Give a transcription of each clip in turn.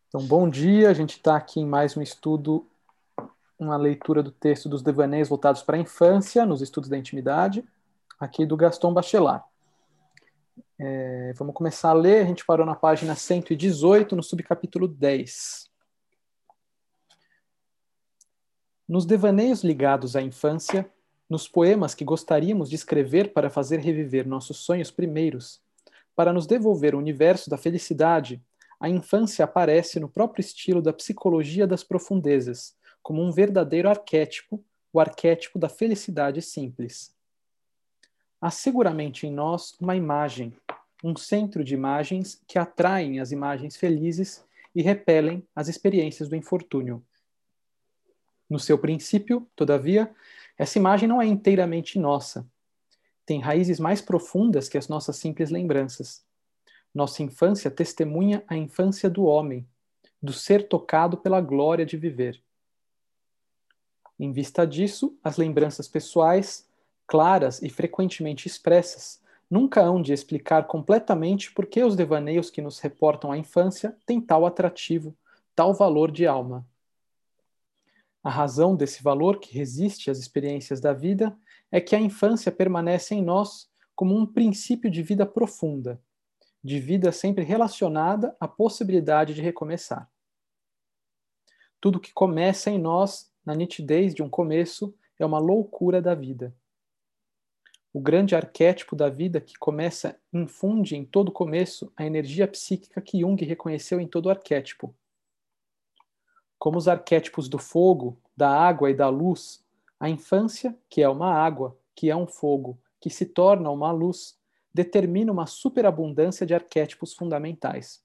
Então, bom dia. A gente está aqui em mais um estudo, uma leitura do texto dos devaneios voltados para a infância, nos estudos da intimidade, aqui do Gaston Bachelard. Vamos começar a ler. A gente parou na página 118, no subcapítulo 10. Nos devaneios ligados à infância, nos poemas que gostaríamos de escrever para fazer reviver nossos sonhos primeiros, para nos devolver o universo da felicidade, a infância aparece no próprio estilo da psicologia das profundezas, como um verdadeiro arquétipo, o arquétipo da felicidade simples. Há seguramente em nós uma imagem, um centro de imagens que atraem as imagens felizes e repelem as experiências do infortúnio. No seu princípio, todavia, essa imagem não é inteiramente nossa. Tem raízes mais profundas que as nossas simples lembranças. Nossa infância testemunha a infância do homem, do ser tocado pela glória de viver. Em vista disso, as lembranças pessoais, claras e frequentemente expressas, nunca hão de explicar completamente por que os devaneios que nos reportam a infância têm tal atrativo, tal valor de alma. A razão desse valor que resiste às experiências da vida é que a infância permanece em nós como um princípio de vida profunda, de vida sempre relacionada à possibilidade de recomeçar. Tudo que começa em nós, na nitidez de um começo, é uma loucura da vida. O grande arquétipo da vida que começa infunde em todo começo a energia psíquica que Jung reconheceu em todo arquétipo. Como os arquétipos do fogo, da água e da luz, a infância, que é uma água, que é um fogo, que se torna uma luz, determina uma superabundância de arquétipos fundamentais.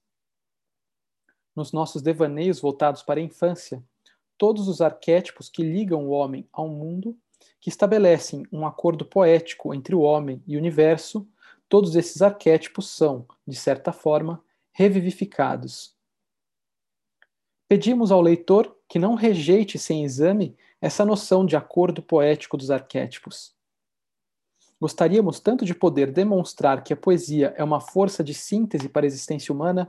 Nos nossos devaneios voltados para a infância, todos os arquétipos que ligam o homem ao mundo, que estabelecem um acordo poético entre o homem e o universo, todos esses arquétipos são, de certa forma, revivificados. Pedimos ao leitor que não rejeite sem exame essa noção de acordo poético dos arquétipos. Gostaríamos tanto de poder demonstrar que a poesia é uma força de síntese para a existência humana.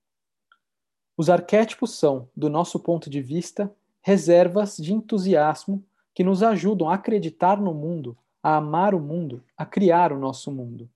Os arquétipos são, do nosso ponto de vista, reservas de entusiasmo que nos ajudam a acreditar no mundo, a amar o mundo, a criar o nosso mundo.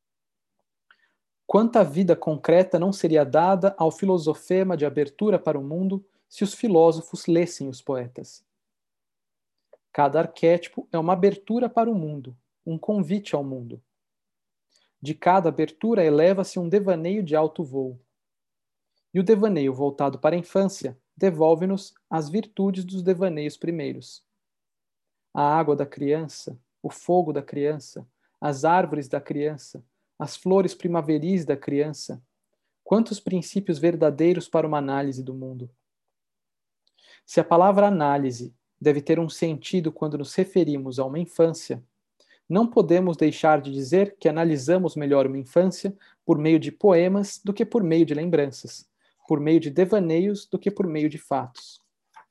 Quanta vida concreta não seria dada ao filosofema de abertura para o mundo se os filósofos lessem os poetas? Cada arquétipo é uma abertura para o mundo, um convite ao mundo. De cada abertura eleva-se um devaneio de alto voo. E o devaneio voltado para a infância devolve-nos as virtudes dos devaneios primeiros. A água da criança, o fogo da criança, as árvores da criança, as flores primaveris da criança. Quantos princípios verdadeiros para uma análise do mundo! Se a palavra análise deve ter um sentido quando nos referimos a uma infância, não podemos deixar de dizer que analisamos melhor uma infância por meio de poemas do que por meio de lembranças, por meio de devaneios do que por meio de fatos.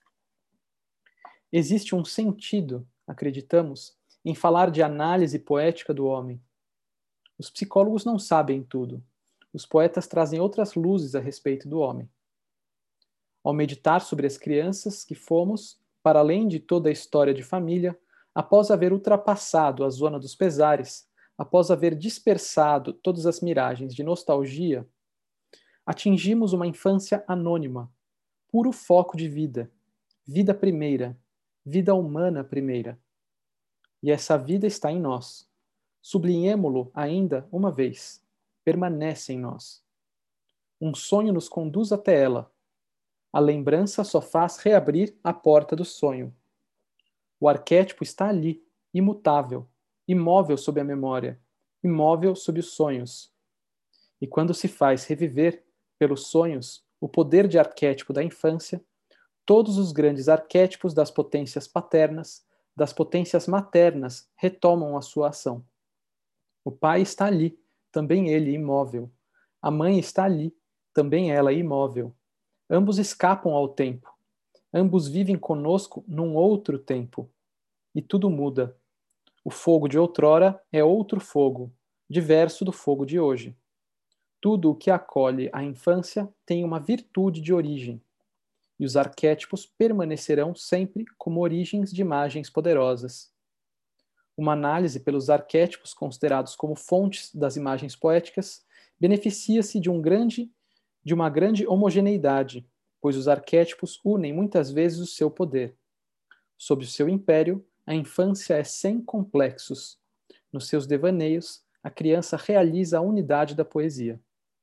Existe um sentido, acreditamos, em falar de análise poética do homem. Os psicólogos não sabem tudo. Os poetas trazem outras luzes a respeito do homem. Ao meditar sobre as crianças que fomos, para além de toda a história de família, após haver ultrapassado a zona dos pesares, após haver dispersado todas as miragens de nostalgia, atingimos uma infância anônima, puro foco de vida, vida primeira, vida humana primeira. E essa vida está em nós. Sublinhemo-lo ainda uma vez. Permanece em nós. Um sonho nos conduz até ela. A lembrança só faz reabrir a porta do sonho. O arquétipo está ali, imutável, imóvel sob a memória, imóvel sob os sonhos. E quando se faz reviver, pelos sonhos, o poder de arquétipo da infância, todos os grandes arquétipos das potências paternas, das potências maternas, retomam a sua ação. O pai está ali, também ele imóvel. A mãe está ali, também ela imóvel. Ambos escapam ao tempo. Ambos vivem conosco num outro tempo. E tudo muda. O fogo de outrora é outro fogo, diverso do fogo de hoje. Tudo o que acolhe a infância tem uma virtude de origem, e os arquétipos permanecerão sempre como origens de imagens poderosas. Uma análise pelos arquétipos considerados como fontes das imagens poéticas beneficia-se de uma grande homogeneidade, pois os arquétipos unem muitas vezes o seu poder. Sob o seu império, a infância é sem complexos. Nos seus devaneios, a criança realiza a unidade da poesia.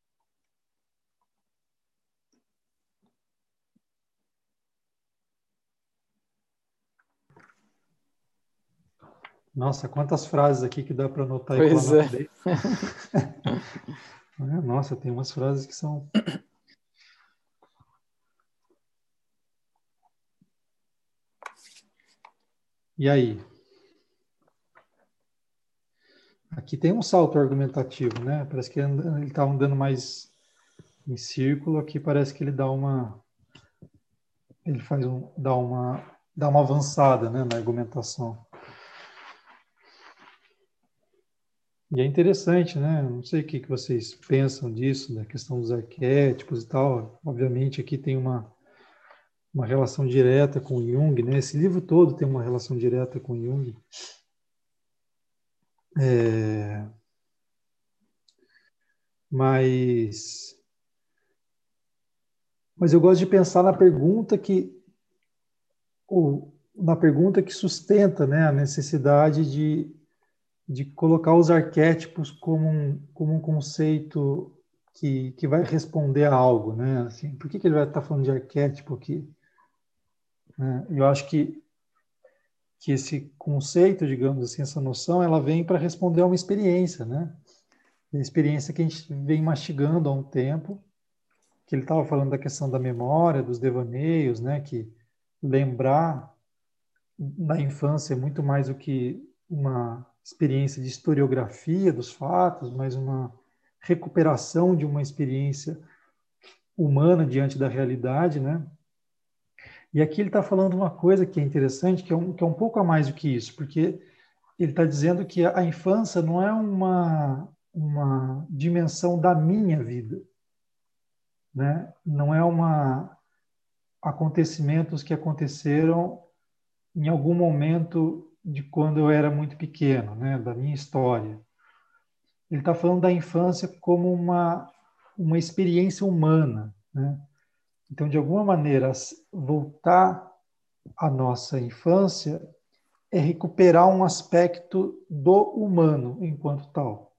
Nossa, quantas frases aqui que dá para anotar e colar Pois na é. parede. Nossa, tem umas frases que são... E aí? Aqui tem um salto argumentativo, né? Parece que ele está andando mais em círculo. Aqui parece que ele dá uma... Ele faz dá uma avançada, né, na argumentação. E é interessante, né? Não sei o que vocês pensam disso, da questão dos arquétipos e tal. Obviamente aqui tem uma relação direta com Jung, né? Esse livro todo tem uma relação direta com Jung. Mas eu gosto de pensar na pergunta que sustenta, né, a necessidade de colocar os arquétipos como um conceito que vai responder a algo, né? Assim, por que ele vai estar falando de arquétipo aqui? Né? Eu acho que esse conceito, digamos assim, essa noção, ela vem para responder a uma experiência, né? A experiência que a gente vem mastigando há um tempo, que ele estava falando da questão da memória, dos devaneios, né? Que lembrar na infância é muito mais do que uma experiência de historiografia dos fatos, mas uma recuperação de uma experiência humana diante da realidade, né? E aqui ele está falando uma coisa que é interessante, que é um pouco a mais do que isso, porque ele está dizendo que a infância não é uma dimensão da minha vida, né? Não é acontecimentos que aconteceram em algum momento de quando eu era muito pequeno, né? Da minha história. Ele está falando da infância como uma experiência humana, né? Então, de alguma maneira, voltar à nossa infância é recuperar um aspecto do humano enquanto tal.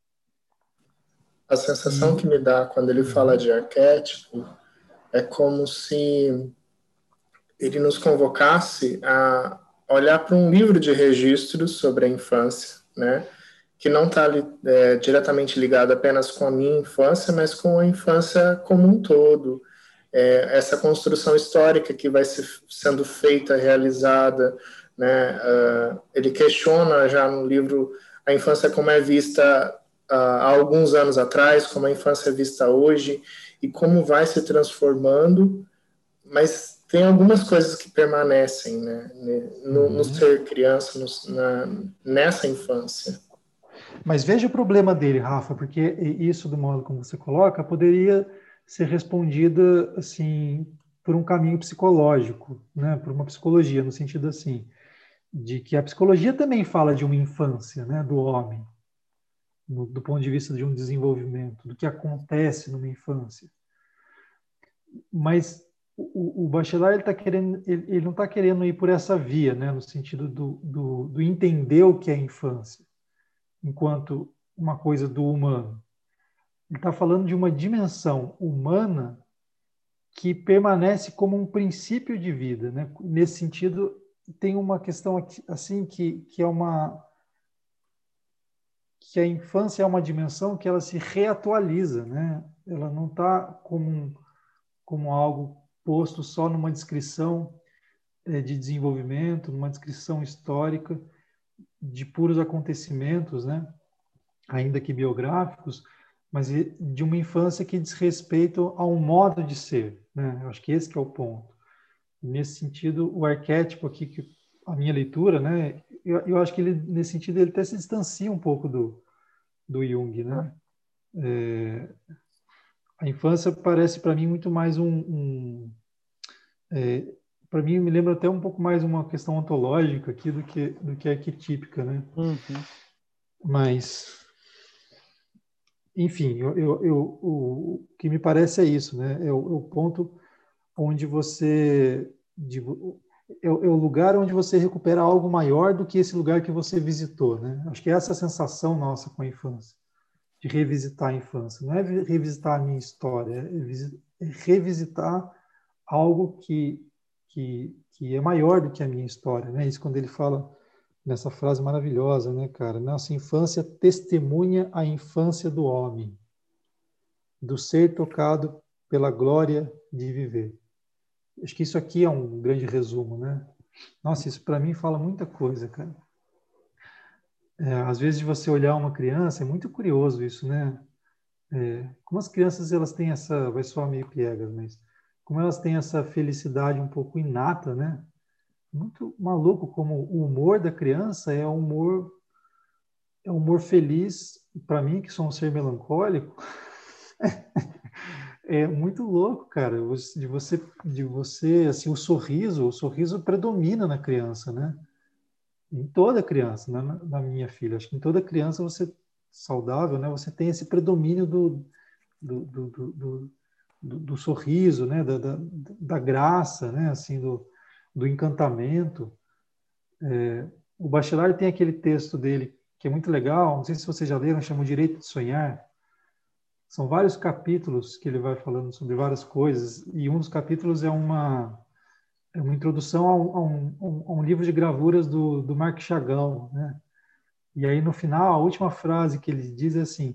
A sensação E que me dá quando ele fala de arquétipo é como se ele nos convocasse a olhar para um livro de registros sobre a infância, né? Que não está diretamente ligado apenas com a minha infância, mas com a infância como um todo. Essa construção histórica que vai sendo feita, realizada, né? Ele questiona já no livro a infância como é vista há alguns anos atrás, como a infância é vista hoje e como vai se transformando, mas tem algumas coisas que permanecem, né? No ser criança, nessa infância. Mas veja o problema dele, Rafa, porque isso, do modo como você coloca, poderia ser respondida assim por um caminho psicológico, né? Por uma psicologia, no sentido assim, de que a psicologia também fala de uma infância, né, do homem, do ponto de vista de um desenvolvimento, do que acontece numa infância. Mas o Bachelard ele não está querendo ir por essa via, né, no sentido do entender o que é infância, enquanto uma coisa do humano. Ele está falando de uma dimensão humana que permanece como um princípio de vida, né? Nesse sentido, tem uma questão aqui, assim que a infância é uma dimensão que ela se reatualiza, né? Ela não está como algo posto só numa descrição de desenvolvimento, numa descrição histórica de puros acontecimentos, né? Ainda que biográficos, mas de uma infância que diz respeito a um modo de ser, né? Eu acho que esse que é o ponto. E nesse sentido, o arquétipo aqui, que a minha leitura, né? Eu acho que ele, nesse sentido, ele até se distancia um pouco do Jung, né? A infância parece para mim muito mais para mim me lembra até um pouco mais uma questão ontológica aqui do que arquetípica, né? Uhum. Mas, enfim, o que me parece é isso, né? É o ponto onde você é o lugar onde você recupera algo maior do que esse lugar que você visitou, né? Acho que é essa a sensação nossa com a infância, de revisitar a infância. Não é revisitar a minha história, é revisitar algo que é maior do que a minha história, né? Isso quando ele fala nessa frase maravilhosa, né, cara? Nossa infância testemunha a infância do homem, do ser tocado pela glória de viver. Acho que isso aqui é um grande resumo, né? Nossa, isso para mim fala muita coisa, cara. Às vezes de você olhar uma criança, é muito curioso isso, né? Como as crianças elas têm essa, vai soar meio piegas, mas como elas têm essa felicidade um pouco inata, né? Muito maluco como o humor da criança é um humor feliz. Para mim, que sou um ser melancólico, é muito louco, cara, de você, assim, o sorriso predomina na criança, né? Em toda criança, né? Na minha filha, acho que em toda criança você saudável, né? Você tem esse predomínio do, do, do, do, do sorriso, né? Da graça, né? Assim, do encantamento. O Bachelard tem aquele texto dele que é muito legal, não sei se vocês já leram, chama O Direito de Sonhar. São vários capítulos que ele vai falando sobre várias coisas, e um dos capítulos é uma introdução a um livro de gravuras do Marc Chagall, né? E aí, no final, a última frase que ele diz é assim: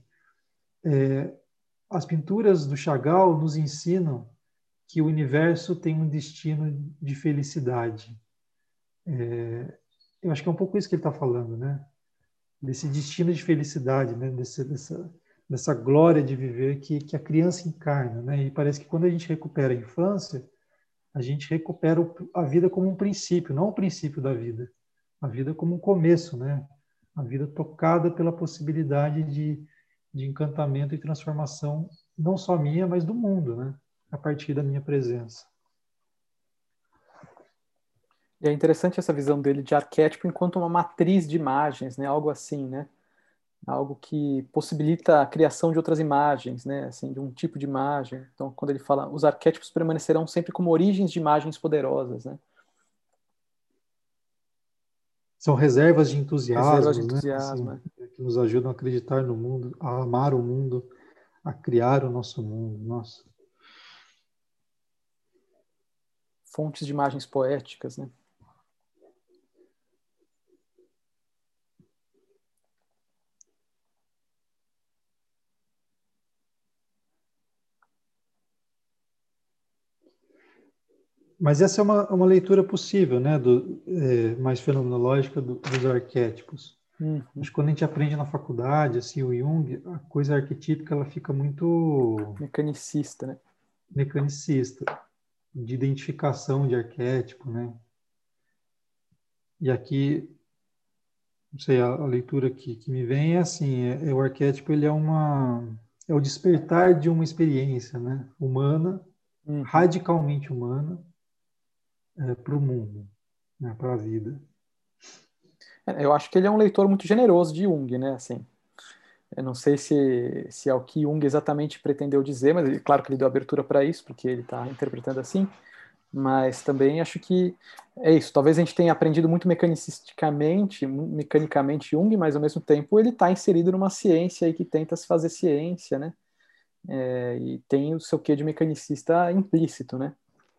as pinturas do Chagall nos ensinam que o universo tem um destino de felicidade. Eu acho que é um pouco isso que ele está falando, né? Desse destino de felicidade, né? Dessa glória de viver que a criança encarna, né? E parece que quando a gente recupera a infância, a gente recupera a vida como um princípio, não o princípio da vida, a vida como um começo, né? A vida tocada pela possibilidade de encantamento e transformação, não só minha, mas do mundo, né? A partir da minha presença. E é interessante essa visão dele de arquétipo enquanto uma matriz de imagens, né? Algo assim, né? Algo que possibilita a criação de outras imagens, né? Assim, de um tipo de imagem. Então, quando ele fala, os arquétipos permanecerão sempre como origens de imagens poderosas, né? São reservas de Reservas de entusiasmos, né? entusiasmo, Assim, né? que nos ajudam a acreditar no mundo, a amar o mundo, a criar o nosso mundo. Nossa. Fontes de imagens poéticas, né? Mas essa é uma leitura possível, né? Mais fenomenológica dos arquétipos. Uhum. Acho que quando a gente aprende na faculdade, assim, o Jung, a coisa arquetípica ela fica muito Mecanicista, né? mecanicista, de identificação de arquétipo, né? E aqui, não sei, a leitura que me vem é assim, o arquétipo ele é o despertar de uma experiência, né? Humana, Uhum. radicalmente humana, para o mundo, né? Para a vida. Eu acho que ele é um leitor muito generoso de Jung, né? Assim, eu não sei se é o que Jung exatamente pretendeu dizer, mas claro que ele deu abertura para isso, porque ele está interpretando assim. Mas também acho que é isso. Talvez a gente tenha aprendido muito mecanicamente Jung, mas ao mesmo tempo ele está inserido numa ciência aí que tenta se fazer ciência, né? E tem o seu quê de mecanicista implícito, né?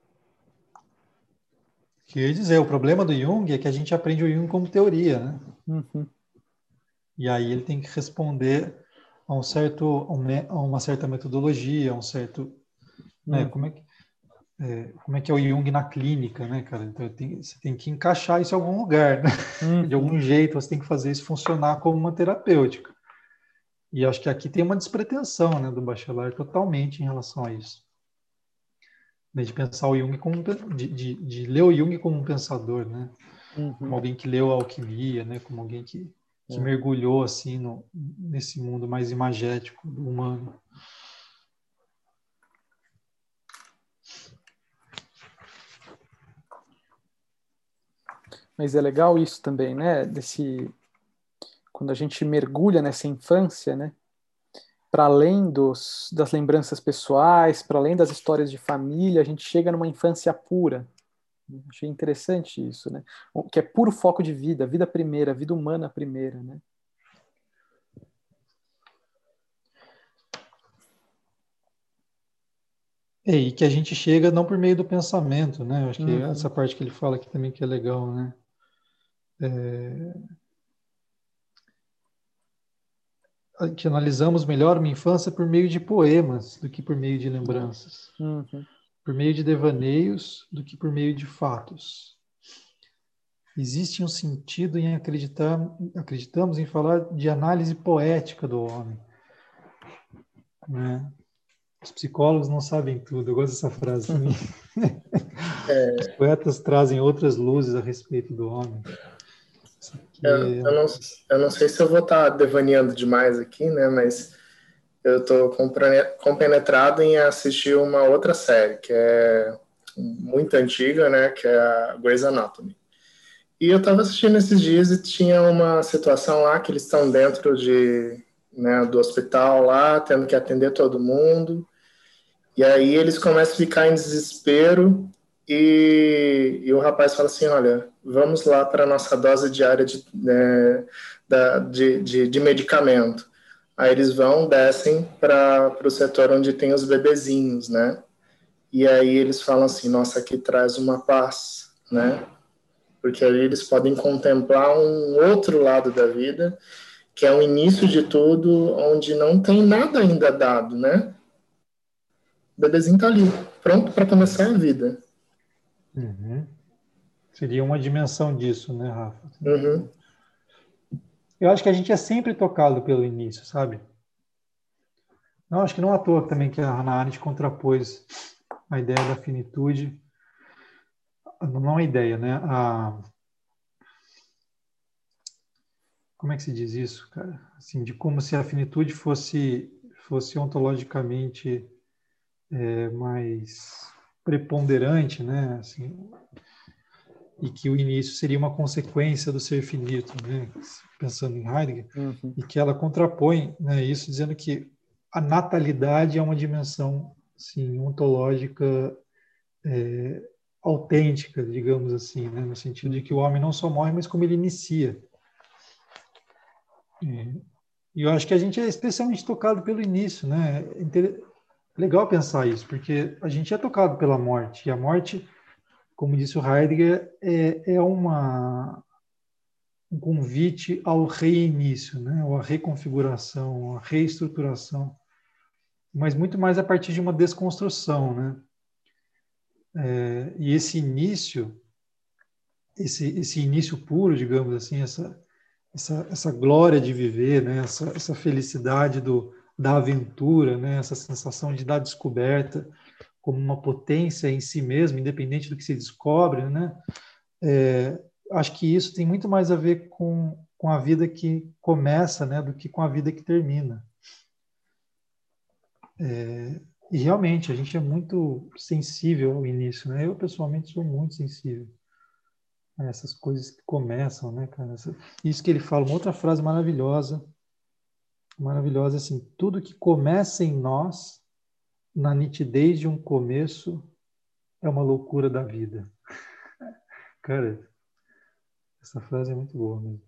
Quer dizer, o problema do Jung é que a gente aprende o Jung como teoria, né? Uhum. E aí ele tem que responder a uma certa metodologia, a um certo, né? Uhum. Como é que é o Jung na clínica, né, cara? Então você tem que encaixar isso em algum lugar, né? De Uhum. algum jeito você tem que fazer isso funcionar como uma terapêutica. E acho que aqui tem uma despretensão, né, do Bachelard totalmente em relação a isso. Né, de pensar o Jung como de ler o Jung como um pensador, né? Como Uhum. alguém que leu a alquimia, né? Como alguém que mergulhou assim nesse mundo mais imagético do humano. Mas é legal isso também, né? Quando a gente mergulha nessa infância, né? Para além das lembranças pessoais, para além das histórias de família, a gente chega numa infância pura. Achei interessante isso, né? Que é puro foco de vida primeira, vida humana primeira, né? E que a gente chega não por meio do pensamento, né? Eu acho que essa parte que ele fala aqui também que é legal, né? Que analisamos melhor uma infância por meio de poemas do que por meio de lembranças. Por meio de devaneios do que por meio de fatos. Existe um sentido em acreditamos em falar de análise poética do homem, né? Os psicólogos não sabem tudo. Eu gosto dessa frase também. Os poetas trazem outras luzes a respeito do homem. Eu não sei se eu vou estar devaneando demais aqui, né? Mas eu estou compenetrado em assistir uma outra série que é muito antiga, né? Que é a Grey's Anatomy. E eu estava assistindo esses dias e tinha uma situação lá que eles estão dentro do hospital lá, tendo que atender todo mundo. E aí eles começam a ficar em desespero e o rapaz fala assim, olha, vamos lá para a nossa dose diária de medicamento. Aí eles descem para o setor onde tem os bebezinhos, né? E aí eles falam assim, nossa, aqui traz uma paz, né? Porque aí eles podem contemplar um outro lado da vida, que é o início de tudo, onde não tem nada ainda dado, né? O bebezinho tá ali, pronto para começar a vida. Seria uma dimensão disso, né, Rafa? Uhum. Eu acho que a gente é sempre tocado pelo início, sabe? Não, acho que não à toa também que a Hannah Arendt contrapôs a ideia da finitude, não a ideia, né? Como é que se diz isso, cara? Assim, de como se a finitude fosse ontologicamente mais preponderante, né? Assim, e que o início seria uma consequência do ser finito, né? Pensando em Heidegger, e que ela contrapõe, né, isso dizendo que a natalidade é uma dimensão, sim, ontológica autêntica, digamos assim, né, no sentido de que o homem não só morre, mas como ele inicia. E eu acho que a gente é especialmente tocado pelo início, né? Legal pensar isso, porque a gente é tocado pela morte, e a morte, como disse o Heidegger, é um convite ao reinício, né? Ou à reconfiguração, à reestruturação, mas muito mais a partir de uma desconstrução, né? E esse início, esse início puro, digamos assim, essa glória de viver, né? Essa felicidade da aventura, né? Essa sensação de dar descoberta como uma potência em si mesmo, independente do que se descobre, né? Acho que isso tem muito mais a ver com a vida que começa, né, do que com a vida que termina. E realmente, a gente é muito sensível ao início, né? Eu, pessoalmente, sou muito sensível a essas coisas que começam, né, cara? Isso que ele fala, uma outra frase maravilhosa, assim, tudo que começa em nós, na nitidez de um começo, é uma loucura da vida. Cara, essa frase é muito boa mesmo.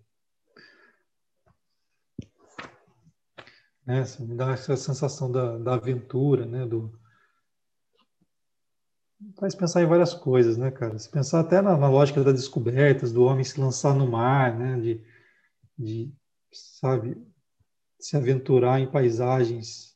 Né? Me dá essa sensação da aventura, né? Faz pensar em várias coisas, né, cara? Se pensar até na lógica das descobertas, do homem se lançar no mar, né? Sabe, se aventurar em paisagens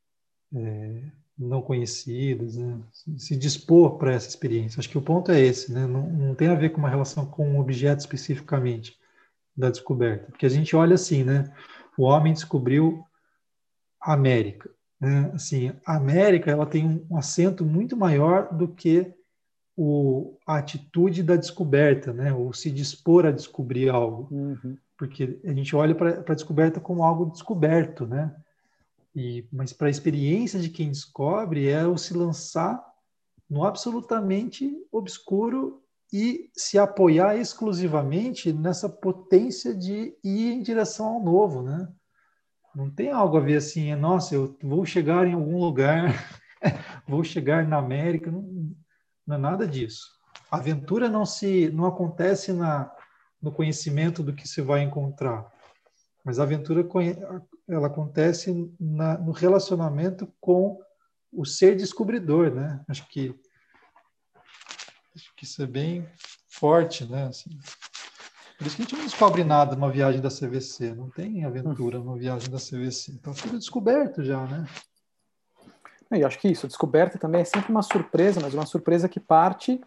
não conhecidas, né? Se dispor para essa experiência. Acho que o ponto é esse, né? Não tem a ver com uma relação com um objeto especificamente da descoberta. Porque a gente olha assim, né? O homem descobriu a América, né? Assim, a América ela tem um acento muito maior do que a atitude da descoberta, né? Ou se dispor a descobrir algo. porque a gente olha para a descoberta como algo descoberto, né? Mas para a experiência de quem descobre é o se lançar no absolutamente obscuro e se apoiar exclusivamente nessa potência de ir em direção ao novo, né? Não tem algo a ver assim, nossa, eu vou chegar em algum lugar, vou chegar na América, não é nada disso. A aventura não acontece no conhecimento do que se vai encontrar, mas a aventura ela acontece no relacionamento com o ser descobridor, né? Acho que isso é bem forte, né? Assim, por isso que a gente não descobre nada numa viagem da CVC, não tem aventura numa viagem da CVC. Então, tudo descoberto já, né? E acho que isso, a descoberta também é sempre uma surpresa, mas uma surpresa que parte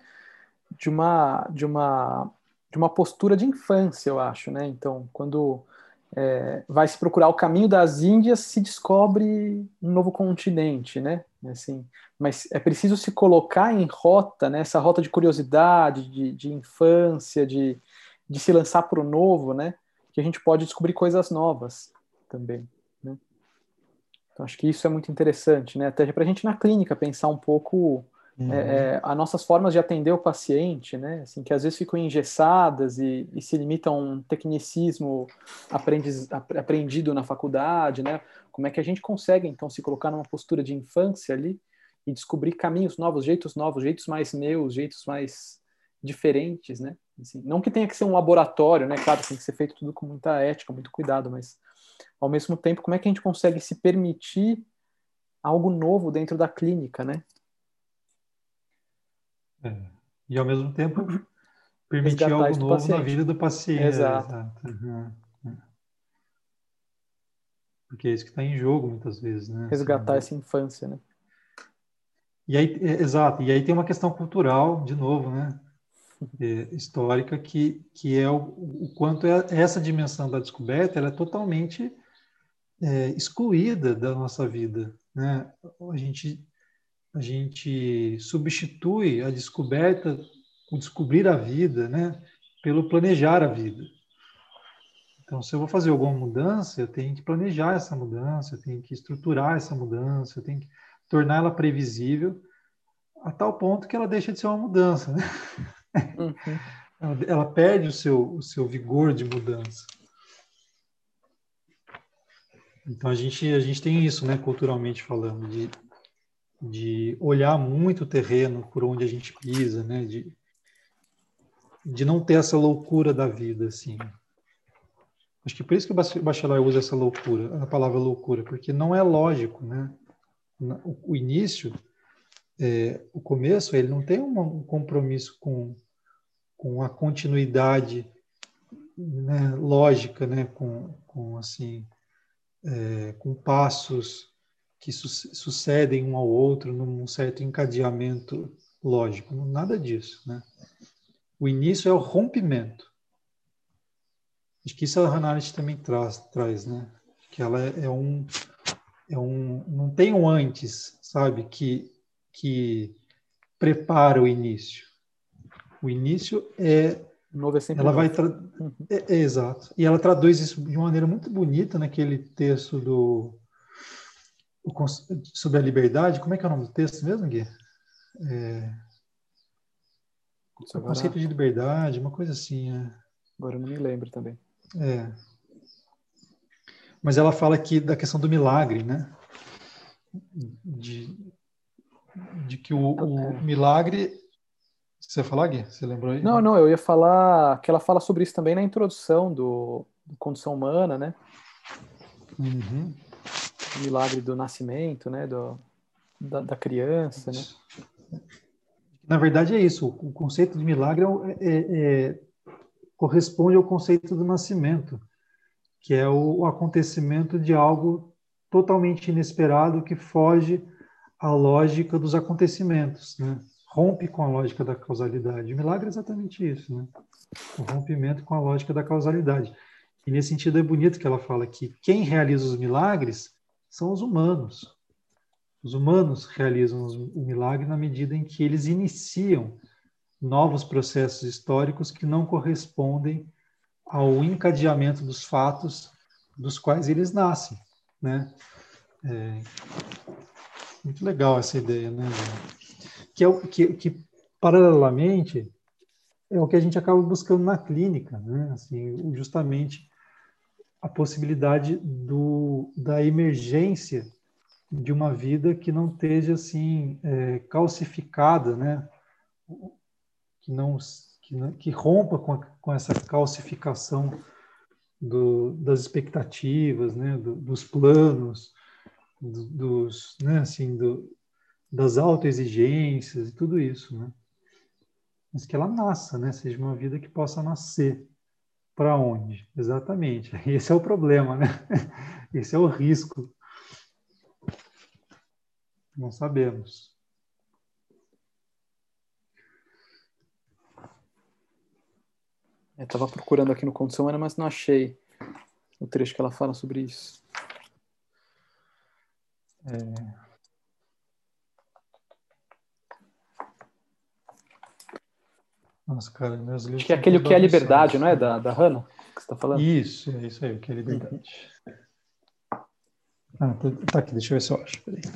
de uma postura de infância, eu acho, né? Então, quando vai se procurar o caminho das Índias, se descobre um novo continente, né? Assim, mas é preciso se colocar em rota, né? Essa rota de curiosidade, de infância, de se lançar para o novo, né? Que a gente pode descobrir coisas novas também, né? Então, acho que isso é muito interessante, né? Até para a gente na clínica pensar um pouco as nossas formas de atender o paciente, né? Assim, que às vezes ficam engessadas e se limitam a um tecnicismo aprendido na faculdade, né? Como é que a gente consegue, então, se colocar numa postura de infância ali e descobrir caminhos novos, jeitos mais meus, jeitos mais diferentes, né? Assim, não que tenha que ser um laboratório, né? Claro, tem que ser feito tudo com muita ética, muito cuidado, mas ao mesmo tempo, como é que a gente consegue se permitir algo novo dentro da clínica, né? E, ao mesmo tempo, permitir Resgatar algo isso do novo na paciente. vida do paciente. Exato. Exato. Uhum. Porque é isso que está em jogo, muitas vezes, né? Resgatar Assim, essa infância, né? E aí, exato. E aí tem uma questão cultural, de novo, né? Histórica, que é o quanto essa dimensão da descoberta ela é totalmente excluída da nossa vida, né? A gente substitui a descoberta, o descobrir a vida, né? Pelo planejar a vida. Então, se eu vou fazer alguma mudança, eu tenho que planejar essa mudança, eu tenho que estruturar essa mudança, eu tenho que torná-la previsível a tal ponto que ela deixa de ser uma mudança, né? Uhum. Ela perde o seu vigor de mudança. Então, a gente tem isso, né, culturalmente falando, de olhar muito o terreno por onde a gente pisa, né, de não ter essa loucura da vida, assim. Acho que por isso que o Bachelard usa essa loucura, a palavra loucura, porque não é lógico, né? O início, o começo, ele não tem um compromisso com a continuidade, né, lógica, né? Com assim, com passos que sucedem um ao outro num certo encadeamento lógico. Nada disso, né? O início é o rompimento. Acho que isso a Hannah Arendt também traz, né? Que ela não tem um antes, sabe? Que prepara o início. O início O novo é sempre ela vai novo. Uhum. exato. E ela traduz isso de uma maneira muito bonita naquele texto sobre a liberdade. Como é que é o nome do texto mesmo, Gui? O conceito de liberdade, uma coisa assim. Agora eu não me lembro também. Mas ela fala aqui da questão do milagre, né? De que o milagre... Você ia falar, Gui? Você lembrou aí? Não, eu ia falar que ela fala sobre isso também na introdução do Condição Humana, né? Uhum. O milagre do nascimento, né? Da criança, né? Na verdade é isso. O conceito de milagre corresponde ao conceito do nascimento, que é o acontecimento de algo totalmente inesperado que foge à lógica dos acontecimentos, né? Rompe com a lógica da causalidade. O milagre é exatamente isso, né? O rompimento com a lógica da causalidade. E nesse sentido é bonito que ela fala que quem realiza os milagres são os humanos. Os humanos realizam o milagre na medida em que eles iniciam novos processos históricos que não correspondem ao encadeamento dos fatos dos quais eles nascem, né? Muito legal essa ideia, né? Que paralelamente é o que a gente acaba buscando na clínica, né? Assim, justamente a possibilidade da emergência de uma vida que não esteja assim calcificada, né? Que rompa com essa calcificação das expectativas, né? Dos planos, né? Assim, das autoexigências e tudo isso, né? Mas que ela nasça, né? Seja uma vida que possa nascer. Para onde? Exatamente. Esse é o problema, né? Esse é o risco. Não sabemos. Eu estava procurando aqui no Conto Semana, mas não achei o trecho que ela fala sobre isso. Nossa, cara, meus livros Acho que é são aquele todos O que é liberdade, bagunçados. não é? Da Hannah, que você está falando? Isso, é isso aí, o que é liberdade. Ah, tá aqui, deixa eu ver se eu acho. Peraí.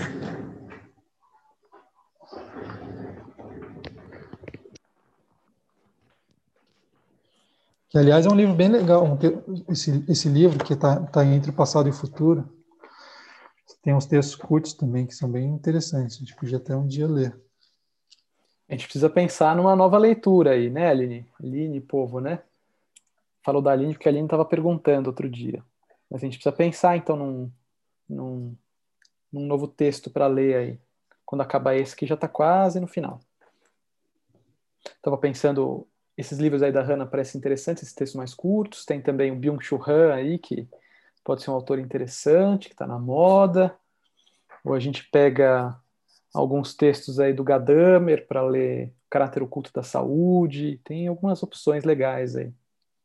Que, aliás, é um livro bem legal. Esse livro que está entre passado e futuro. Tem uns textos curtos também que são bem interessantes. A gente podia até um dia ler. A gente precisa pensar numa nova leitura aí, né, Aline? Aline, povo, né? Falou da Aline porque a Aline estava perguntando outro dia. Mas a gente precisa pensar, então, num novo texto para ler aí. Quando acabar esse que já está quase no final. Estava pensando, esses livros aí da Hannah parecem interessantes, esses textos mais curtos. Tem também o Byung-Chul Han aí, que pode ser um autor interessante, que está na moda. Ou a gente pega alguns textos aí do Gadamer para ler O Caráter Oculto da Saúde. Tem algumas opções legais aí.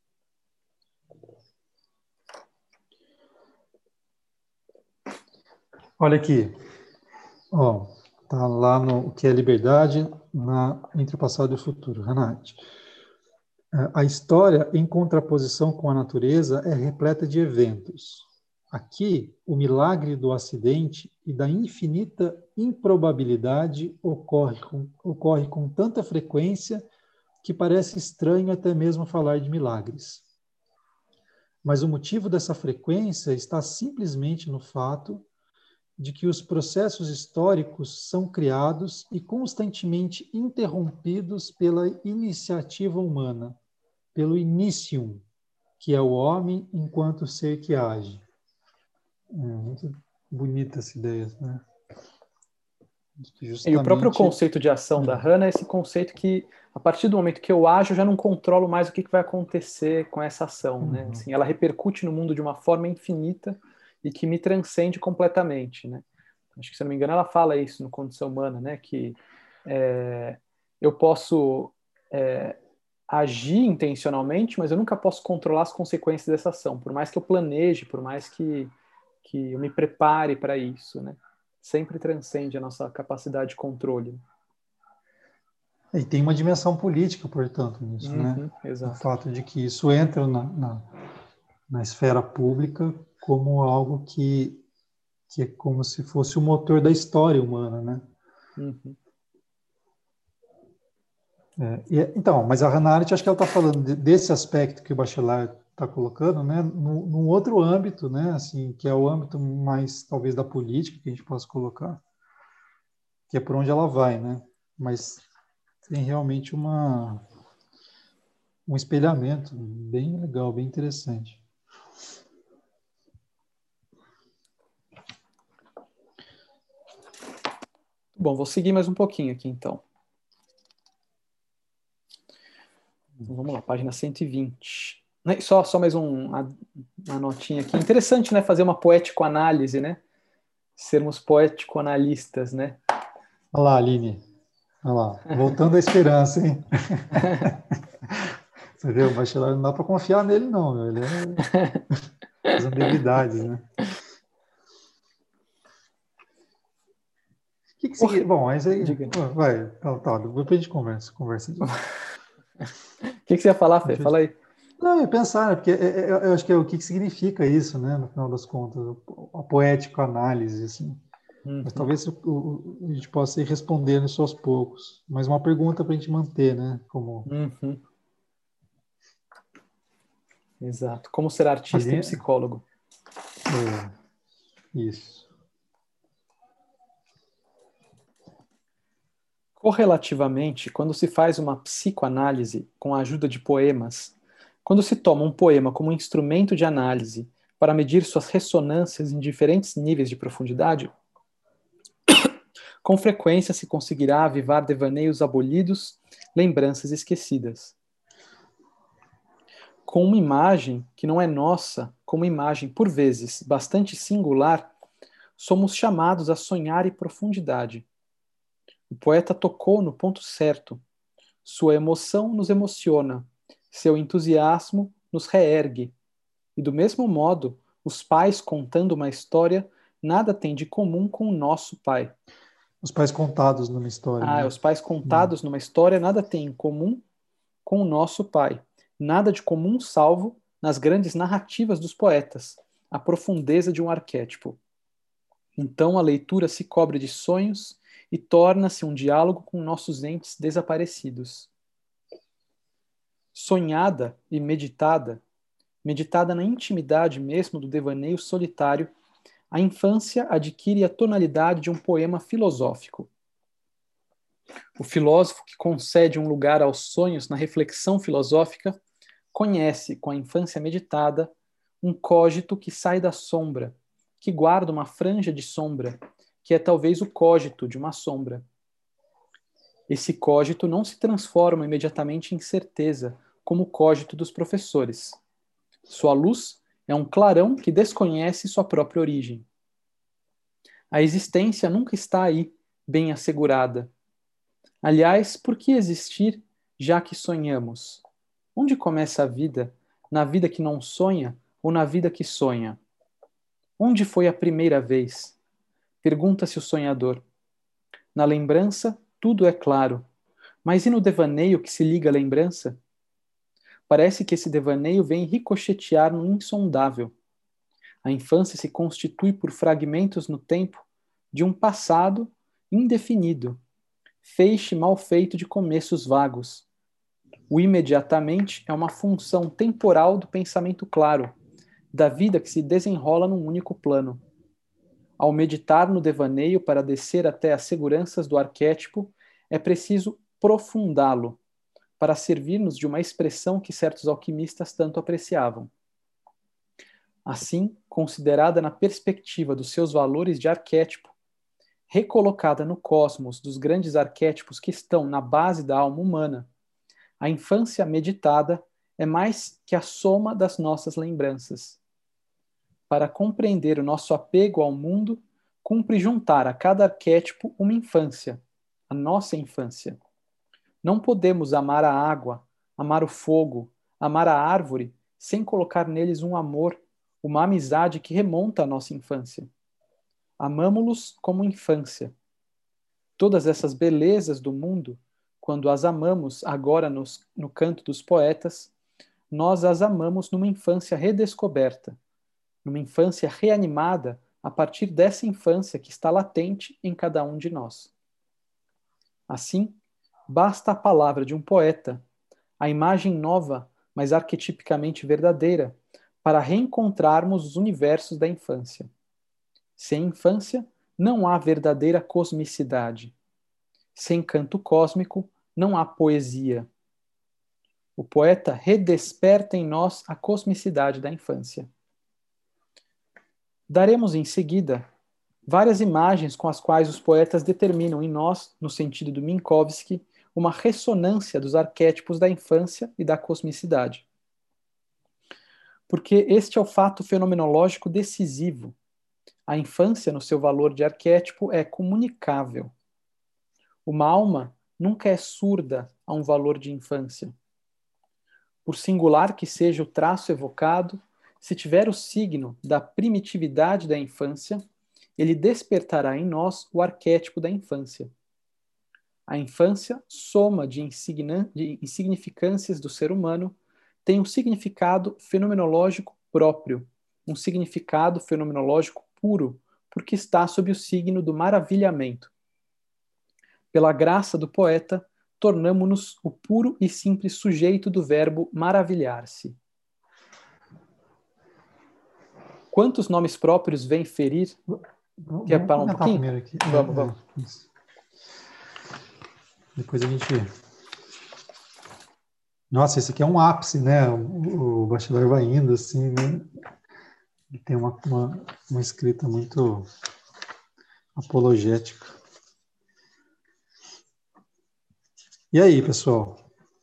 Olha aqui. Ó, tá lá no O que é liberdade, entre o passado e o futuro. Hannah. A história, em contraposição com a natureza, é repleta de eventos. Aqui, o milagre do acidente e da infinita improbabilidade ocorre com tanta frequência que parece estranho até mesmo falar de milagres. Mas o motivo dessa frequência está simplesmente no fato de que os processos históricos são criados e constantemente interrompidos pela iniciativa humana, pelo inicium, que é o homem enquanto ser que age. Muito bonita essa ideia, né? E o próprio Justamente. conceito de ação da Hannah é esse conceito que, a partir do momento que eu ajo, eu já não controlo mais o que vai acontecer com essa ação, né? Assim, ela repercute no mundo de uma forma infinita e que me transcende completamente, né? Acho que, se eu não me engano, ela fala isso no Condição Humana, né? Que eu posso agir intencionalmente, mas eu nunca posso controlar as consequências dessa ação, por mais que eu planeje, por mais que eu me prepare para isso, né? Sempre transcende a nossa capacidade de controle. E tem uma dimensão política, portanto, nisso, né? Exato. O fato de que isso entra na esfera pública como algo que é como se fosse o motor da história humana, né? Então, mas a Hannah Arendt, acho que ela está falando desse aspecto que o Bachelard está colocando, né? Num outro âmbito, né? Assim, que é o âmbito mais, talvez, da política que a gente possa colocar, que é por onde ela vai, né? Mas tem realmente um espelhamento bem legal, bem interessante. Bom, vou seguir mais um pouquinho aqui, então. Vamos lá, página 120. Só mais uma notinha aqui. Interessante, né? Fazer uma poético-análise, né? Sermos poético-analistas, né? Olha lá, Aline. Olha lá. Voltando à esperança, hein? Você vê, o Bachelard não dá para confiar nele, não. Ele é as ambiguidades, né? O que seria? Bom, mas aí. Vai, tá, depois a gente conversa disso. O que você ia falar, Fê? Fala aí. Não, é pensar, né? Porque eu acho que é o que significa isso, né? No final das contas, a poética análise, assim. Mas Uhum. talvez a gente possa ir respondendo isso aos poucos. Mas uma pergunta para a gente manter, né? Como Uhum. Exato. Como ser artista e ali, psicólogo. isso. Correlativamente, quando se faz uma psicoanálise com a ajuda de poemas, quando se toma um poema como instrumento de análise para medir suas ressonâncias em diferentes níveis de profundidade, com frequência se conseguirá avivar devaneios abolidos, lembranças esquecidas. Com uma imagem que não é nossa, com uma imagem por vezes bastante singular, somos chamados a sonhar em profundidade. O poeta tocou no ponto certo. Sua emoção nos emociona, seu entusiasmo nos reergue. E do mesmo modo, os pais contando uma história nada têm de comum com o nosso pai. Os pais contados numa história, né? Os pais contados numa história nada têm em comum com o nosso pai. Nada de comum salvo nas grandes narrativas dos poetas, a profundeza de um arquétipo. Então a leitura se cobre de sonhos e torna-se um diálogo com nossos entes desaparecidos. Sonhada e meditada, meditada na intimidade mesmo do devaneio solitário, a infância adquire a tonalidade de um poema filosófico. O filósofo que concede um lugar aos sonhos na reflexão filosófica conhece, com a infância meditada, um cogito que sai da sombra, que guarda uma franja de sombra, que é talvez o cogito de uma sombra. Esse cogito não se transforma imediatamente em certeza, como o cogito dos professores. Sua luz é um clarão que desconhece sua própria origem. A existência nunca está aí, bem assegurada. Aliás, por que existir, já que sonhamos? Onde começa a vida? Na vida que não sonha ou na vida que sonha? Onde foi a primeira vez? Pergunta-se o sonhador. Na lembrança, tudo é claro. Mas e no devaneio que se liga à lembrança? Parece que esse devaneio vem ricochetear no insondável. A infância se constitui por fragmentos no tempo de um passado indefinido, feixe mal feito de começos vagos. O imediatamente é uma função temporal do pensamento claro, da vida que se desenrola num único plano. Ao meditar no devaneio para descer até as seguranças do arquétipo, é preciso profundá-lo, para servir-nos de uma expressão que certos alquimistas tanto apreciavam. Assim, considerada na perspectiva dos seus valores de arquétipo, recolocada no cosmos dos grandes arquétipos que estão na base da alma humana, a infância meditada é mais que a soma das nossas lembranças. Para compreender o nosso apego ao mundo, cumpre juntar a cada arquétipo uma infância, a nossa infância. Não podemos amar a água, amar o fogo, amar a árvore, sem colocar neles um amor, uma amizade que remonta à nossa infância. Amamo-los como infância. Todas essas belezas do mundo, quando as amamos agora no canto dos poetas, nós as amamos numa infância redescoberta, numa infância reanimada a partir dessa infância que está latente em cada um de nós. Assim, basta a palavra de um poeta, a imagem nova, mas arquetipicamente verdadeira, para reencontrarmos os universos da infância. Sem infância, não há verdadeira cosmicidade. Sem canto cósmico, não há poesia. O poeta redesperta em nós a cosmicidade da infância. Daremos em seguida várias imagens com as quais os poetas determinam em nós, no sentido do Minkowski, uma ressonância dos arquétipos da infância e da cosmicidade. Porque este é o fato fenomenológico decisivo. A infância, no seu valor de arquétipo, é comunicável. Uma alma nunca é surda a um valor de infância. Por singular que seja o traço evocado, se tiver o signo da primitividade da infância, ele despertará em nós o arquétipo da infância. A infância, soma de insignificâncias do ser humano, tem um significado fenomenológico próprio, um significado fenomenológico puro, porque está sob o signo do maravilhamento. Pela graça do poeta, tornamo-nos o puro e simples sujeito do verbo maravilhar-se. Quantos nomes próprios vem ferir? Quer parar um pouquinho? Primeiro aqui. Vamos. Isso. Depois a gente... Nossa, esse aqui é um ápice, né? O bacharel vai indo, assim, né? Ele tem uma escrita muito apologética. E aí, pessoal?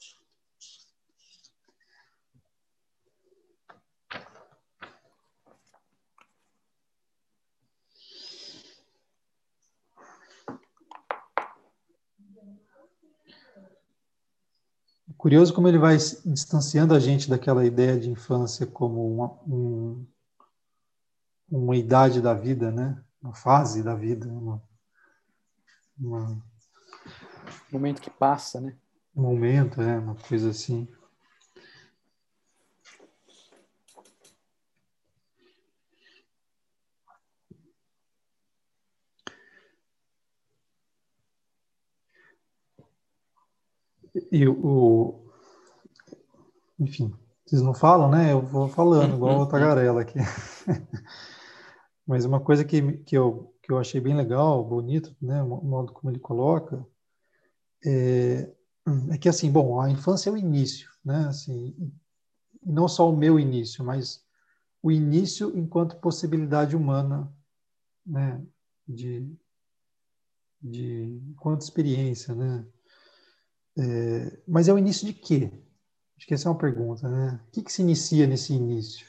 Curioso como ele vai distanciando a gente daquela ideia de infância como uma idade da vida, né? Uma fase da vida, um momento que passa, né? Um momento, uma coisa assim. E enfim, vocês não falam, né? Eu vou falando, igual o tagarela aqui. Mas uma coisa que eu achei bem legal, bonito, né? O modo como ele coloca, é que, assim, bom, a infância é o início, né? Assim, não só o meu início, mas o início enquanto possibilidade humana, né? Enquanto experiência, né? Mas é o início de quê? Acho que essa é uma pergunta, né? O que se inicia nesse início?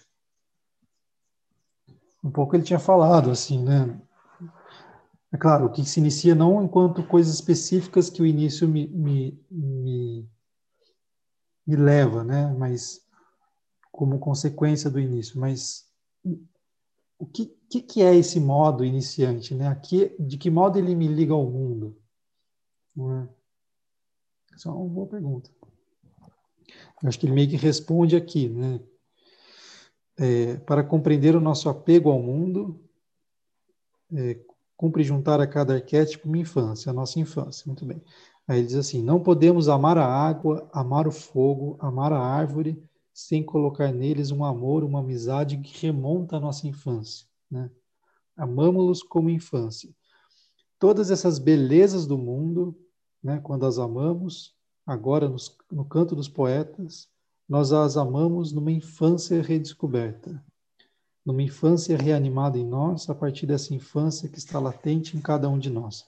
Um pouco ele tinha falado, assim, né? É claro, o que se inicia não enquanto coisas específicas que o início me leva, né? Mas como consequência do início. Mas o que é esse modo iniciante, né? De que modo ele me liga ao mundo? Não é? Essa é uma boa pergunta. Eu acho que ele meio que responde aqui, né? Para compreender o nosso apego ao mundo, cumpre juntar a cada arquétipo uma infância, a nossa infância. Muito bem. Aí ele diz assim: não podemos amar a água, amar o fogo, amar a árvore, sem colocar neles um amor, uma amizade que remonta à nossa infância, né? Amamos-los como infância. Todas essas belezas do mundo, né, quando as amamos, agora no canto dos poetas, nós as amamos numa infância redescoberta, numa infância reanimada em nós, a partir dessa infância que está latente em cada um de nós.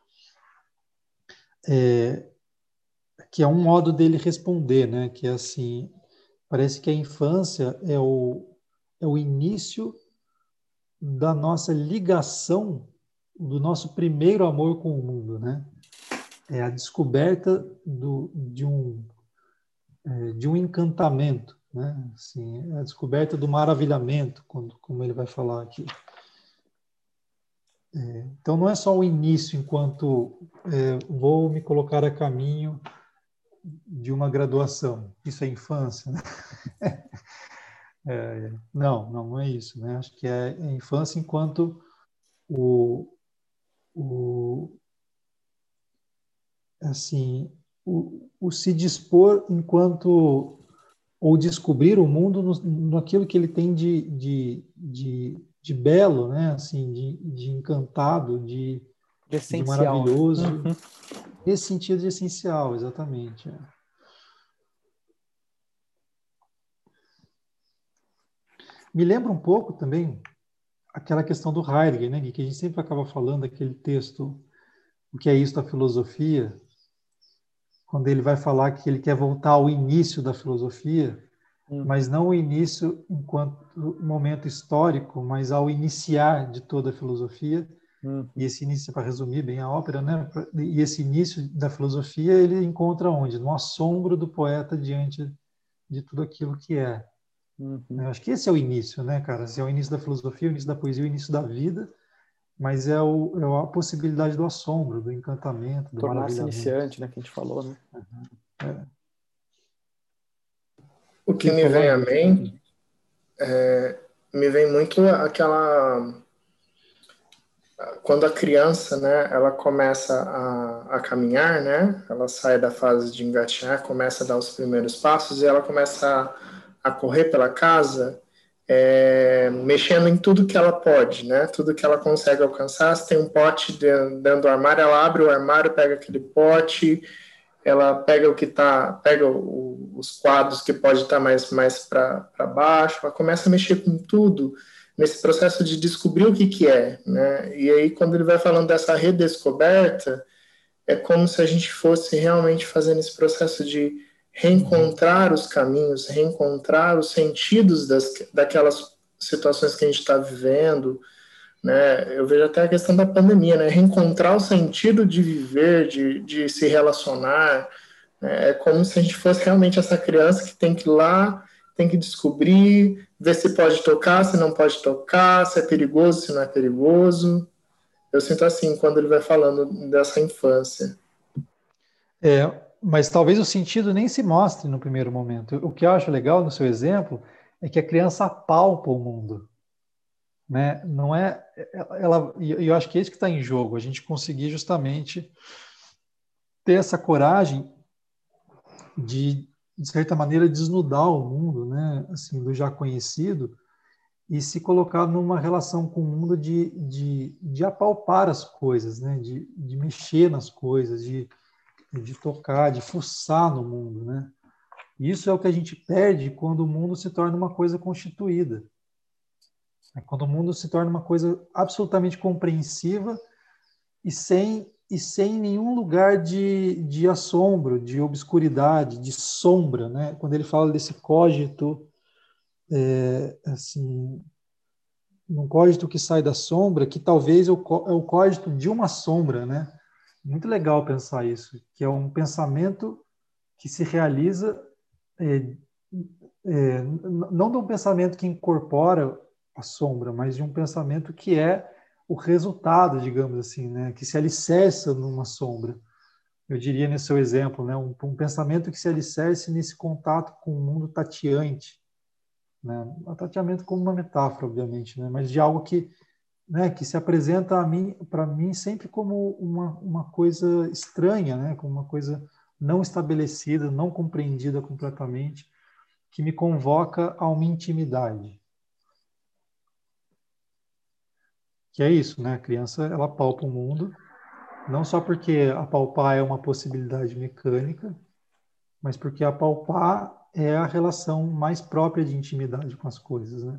Que é um modo dele responder, né? Que é assim, parece que a infância é o início da nossa ligação, do nosso primeiro amor com o mundo, né? É a descoberta de um encantamento, né? Assim, é a descoberta do maravilhamento, como ele vai falar aqui. Então, não é só o início, enquanto vou me colocar a caminho de uma graduação. Isso é infância, né? Não é isso, né? Acho que é a infância enquanto assim, o se dispor enquanto ou descobrir o mundo naquilo que ele tem de belo, né? Assim, de encantado, de essencial, maravilhoso. Né? Nesse sentido de essencial, exatamente. Me lembra um pouco também aquela questão do Heidegger, né? Que a gente sempre acaba falando, aquele texto, O que é isso da filosofia, quando ele vai falar que ele quer voltar ao início da filosofia, mas não o início enquanto momento histórico, mas ao iniciar de toda a filosofia. E esse início, para resumir bem a ópera, né? E esse início da filosofia ele encontra onde? No assombro do poeta diante de tudo aquilo que é. Eu acho que esse é o início, né, cara? Esse é o início da filosofia, o início da poesia, o início da vida, mas é a possibilidade do assombro, do encantamento, do tornar-se maravilhamento. iniciante, né, que a gente falou, né? O que me vem à mente, me vem muito aquela... Quando a criança, né, ela começa a caminhar, né, ela sai da fase de engatinhar, começa a dar os primeiros passos e ela começa a correr pela casa, mexendo em tudo que ela pode, né, tudo que ela consegue alcançar. Se tem um pote dentro do armário, ela abre o armário, pega aquele pote, ela pega os quadros que pode estar mais para baixo, ela começa a mexer com tudo nesse processo de descobrir o que é, né? E aí, quando ele vai falando dessa redescoberta, é como se a gente fosse realmente fazendo esse processo de reencontrar os caminhos, reencontrar os sentidos daquelas situações que a gente está vivendo, né? Eu vejo até a questão da pandemia, né? Reencontrar o sentido de viver, de se relacionar, né? É como se a gente fosse realmente essa criança que tem que ir lá, tem que descobrir, ver se pode tocar, se não pode tocar, se é perigoso, se não é perigoso. Eu sinto assim quando ele vai falando dessa infância. Mas talvez o sentido nem se mostre no primeiro momento. O que eu acho legal no seu exemplo é que a criança apalpa o mundo, né? Não é ela, e eu acho que é isso que está em jogo, a gente conseguir justamente ter essa coragem de certa maneira, desnudar o mundo, né? Assim, do já conhecido e se colocar numa relação com o mundo de apalpar as coisas, né? De mexer nas coisas, de tocar, de fuçar no mundo, né? Isso é o que a gente perde quando o mundo se torna uma coisa constituída. É quando o mundo se torna uma coisa absolutamente compreensiva e sem nenhum lugar de assombro, de obscuridade, de sombra, né? Quando ele fala desse cogito, assim, num cogito que sai da sombra, que talvez é o cogito de uma sombra, né? Muito legal pensar isso, que é um pensamento que se realiza não de um pensamento que incorpora a sombra, mas de um pensamento que é o resultado, digamos assim, né? Que se alicerça numa sombra. Eu diria nesse seu exemplo, né? Um pensamento que se alicerce nesse contato com o mundo tateante, né? O tateamento como uma metáfora, obviamente, né? Mas de algo que, né, que se apresenta a mim, para mim, sempre como uma coisa estranha, né? Como uma coisa não estabelecida, não compreendida completamente, que me convoca a uma intimidade. Que é isso, né? A criança, ela palpa o mundo, não só porque apalpar é uma possibilidade mecânica, mas porque apalpar é a relação mais própria de intimidade com as coisas, né?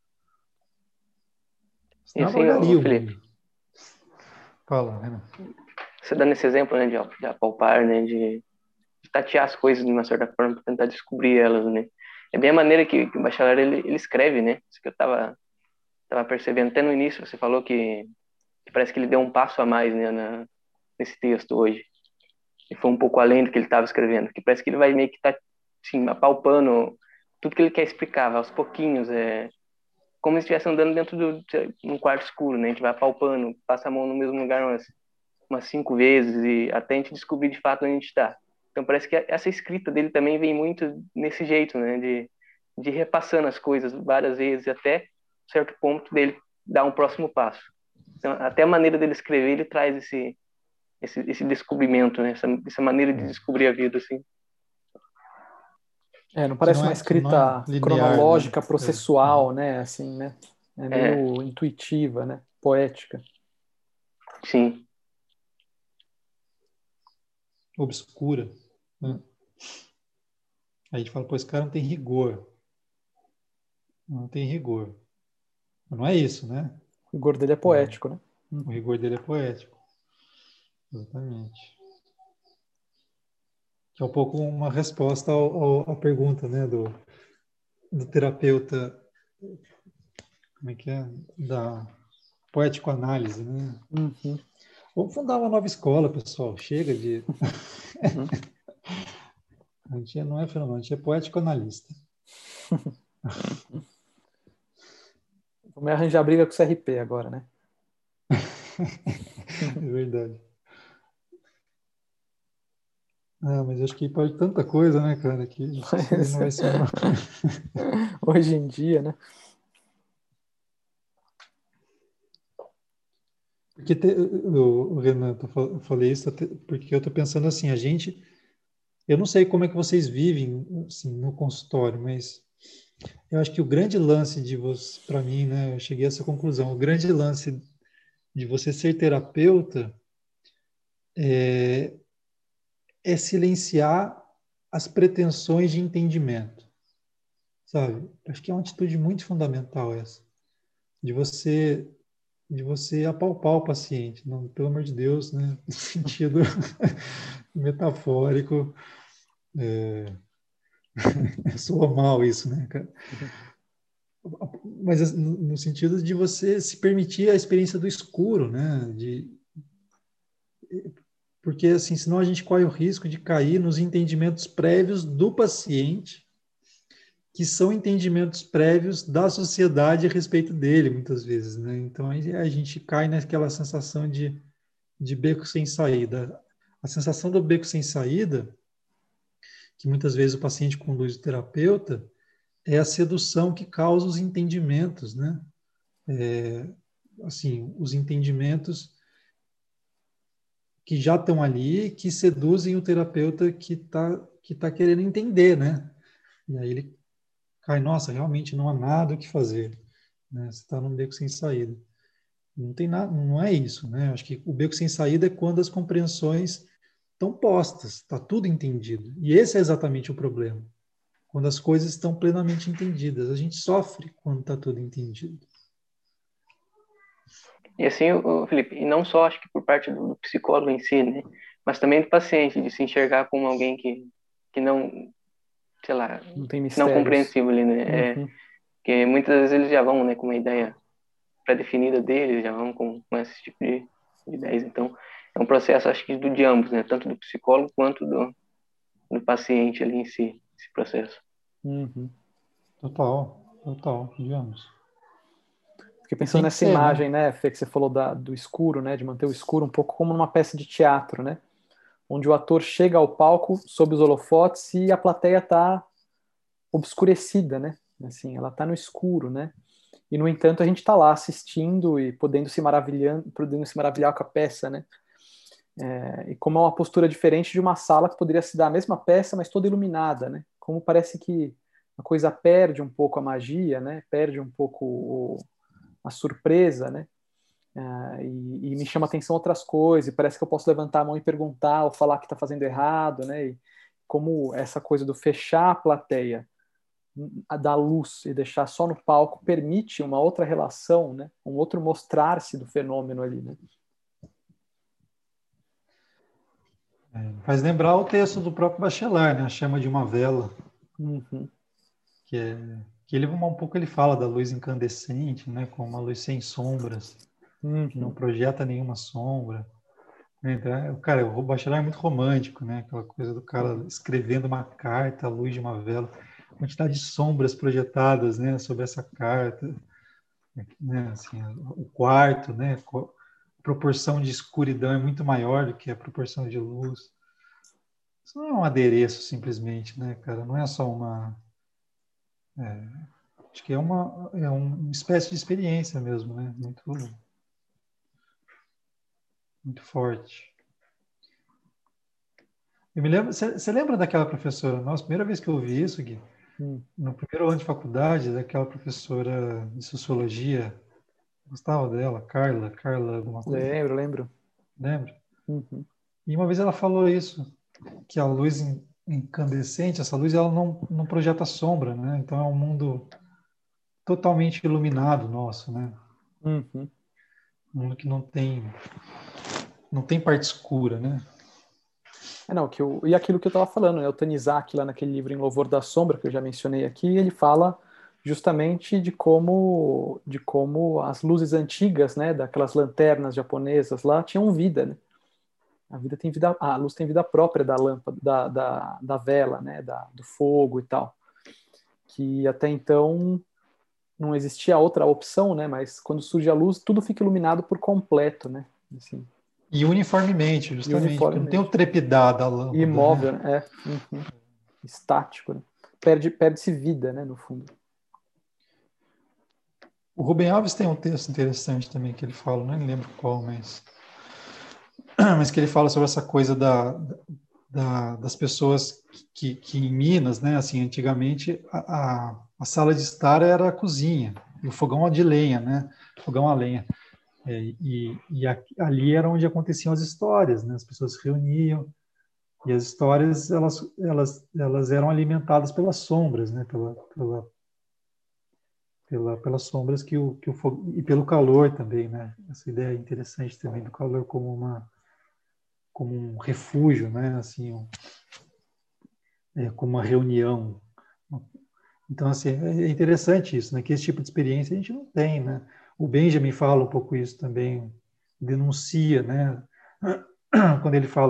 E Senão ela assim, ô olharia o Felipe, mundo. Fala, Renan. você dando esse exemplo, né, de apalpar, né, de tatear as coisas de uma certa forma, para tentar descobrir elas, né? É bem a maneira que o bacharel ele escreve, né? Isso que eu tava percebendo até no início, você falou que parece que ele deu um passo a mais, né, nesse texto hoje. E foi um pouco além do que ele estava escrevendo, que parece que ele vai meio que tá assim, apalpando tudo que ele quer explicar, vai aos pouquinhos, como se estivesse andando dentro de um quarto escuro, né? A gente vai apalpando, passa a mão no mesmo lugar umas 5 vezes e até a gente descobrir de fato onde a gente está. Então parece que essa escrita dele também vem muito nesse jeito, né? De repassando as coisas várias vezes até certo ponto dele dar um próximo passo. Então, até a maneira dele escrever, ele traz esse descobrimento, né? Essa maneira de descobrir a vida, assim. Não parece uma Que não é escrita linear, né? cronológica, processual, né? Assim, né? É meio intuitiva, né? Poética. Sim. Obscura, né? Aí a gente fala, pô, esse cara não tem rigor. Não tem rigor. Mas não é isso, né? O rigor dele é poético, né? O rigor dele é poético. Exatamente. Que é um pouco uma resposta à pergunta, né, do terapeuta, como é que é? Da poético-análise, né? Uhum. Vamos fundar uma nova escola, pessoal. Chega de... Uhum. A gente não é fenômeno, a gente é poético-analista. Vamos arranjar briga com o CRP agora, né? É verdade. Ah, mas acho que pode tanta coisa, né, cara, que isso aí não vai ser uma... Hoje em dia, né? Porque, Renan, eu falei isso porque eu tô pensando assim, eu não sei como é que vocês vivem, assim, no consultório, mas eu acho que o grande lance de você, para mim, né, eu cheguei a essa conclusão, o grande lance de você ser terapeuta é silenciar as pretensões de entendimento, sabe? Acho que é uma atitude muito fundamental essa, de você de você apalpar o paciente, não, pelo amor de Deus, né? No sentido metafórico, soa mal isso, né, cara? Mas no sentido de você se permitir a experiência do escuro, né? Porque assim, senão a gente corre o risco de cair nos entendimentos prévios do paciente, que são entendimentos prévios da sociedade a respeito dele, muitas vezes, né? Então aí a gente cai naquela sensação de beco sem saída. A sensação do beco sem saída, que muitas vezes o paciente conduz o terapeuta, é a sedução que causa os entendimentos, né? Assim, os entendimentos que já estão ali, que seduzem o terapeuta que tá querendo entender, né? E aí ele cai, nossa, realmente não há nada o que fazer, né? Você está num beco sem saída. Não tem nada, não é isso, né? Acho que o beco sem saída é quando as compreensões estão postas, está tudo entendido. E esse é exatamente o problema. Quando as coisas estão plenamente entendidas. A gente sofre quando está tudo entendido. E assim, Felipe, e não só acho que por parte do psicólogo em si, né? Mas também do paciente, de se enxergar como alguém que não, sei lá, Não tem não mistérios. compreensível ali, né? Uhum. Que muitas vezes eles já vão, né, com uma ideia pré-definida deles, já vão com esse tipo de ideias. Então, é um processo, acho que, de ambos, né? Tanto do psicólogo quanto do paciente ali em si, esse processo. Uhum. Total, total, digamos. Fiquei E pensando tem que nessa ser, né? imagem, né, Fê, que você falou do escuro, né, de manter o escuro um pouco como numa peça de teatro, né, onde o ator chega ao palco sob os holofotes e a plateia está obscurecida, né, assim, ela está no escuro, né, e no entanto a gente está lá assistindo e podendo se maravilhar com a peça, né, e como é uma postura diferente de uma sala que poderia se dar a mesma peça, mas toda iluminada, né, como parece que a coisa perde um pouco a magia, né, perde um pouco a surpresa, né, e me chama atenção outras coisas, e parece que eu posso levantar a mão e perguntar ou falar que está fazendo errado, né? E como essa coisa do fechar a plateia, a da luz e deixar só no palco permite uma outra relação, né? Um outro mostrar-se do fenômeno ali, né? Faz lembrar o texto do próprio Bachelard, né? A Chama de uma Vela, Uhum, que é que ele um pouco ele fala da luz incandescente, né? Como uma luz sem sombras, que não uhum. projeta nenhuma sombra. Então, cara, o Bachelard é muito romântico, né? Aquela coisa do cara escrevendo uma carta à luz de uma vela, quantidade de sombras projetadas, né? Sobre essa carta, né? Assim, o quarto, né? A proporção de escuridão é muito maior do que a proporção de luz. Isso não é um adereço simplesmente, né, cara? Não é só uma. Acho que é uma espécie de experiência mesmo, né? Muito, muito forte. Eu me lembro, você lembra daquela professora? Nossa, primeira vez que eu ouvi isso, Gui, Hum. no primeiro ano de faculdade, daquela professora de sociologia, gostava dela, Carla alguma coisa, Lembro, lembro. lembra? Uhum. E uma vez ela falou isso, que a luz incandescente, essa luz, ela não projeta sombra, né? Então é um mundo totalmente iluminado nosso, né? Uhum. Um mundo que não tem parte escura, né? Não, e aquilo que eu estava falando, né, o Tanizaki, lá naquele livro Em Louvor da Sombra, que eu já mencionei aqui, ele fala justamente de como as luzes antigas, né, daquelas lanternas japonesas lá, tinham vida, né? A vida tem vida, a luz tem vida própria da lâmpada, da vela, né, do fogo e tal. Que até então não existia outra opção, né? Mas quando surge a luz, tudo fica iluminado por completo, né? Assim. E uniformemente, justamente, porque não tem o uniformemente. trepidar da lâmpada. Imóvel, Né? né? Estático, né? Perde-se vida, né, no fundo. O Rubem Alves tem um texto interessante também que ele fala, não lembro qual, mas que ele fala sobre essa coisa das pessoas que em Minas, né, assim, antigamente a sala de estar era a cozinha, e o fogão de lenha, né, fogão a lenha. Ali era onde aconteciam as histórias, né, as pessoas se reuniam, e as histórias, elas eram alimentadas pelas sombras, né, pelas sombras que o fogo, e pelo calor também, né, essa ideia interessante também do calor como um refúgio, né, assim, como uma reunião. Então, assim, é interessante isso, né, que esse tipo de experiência a gente não tem, né. O Benjamin fala um pouco isso também, denuncia, né, quando ele fala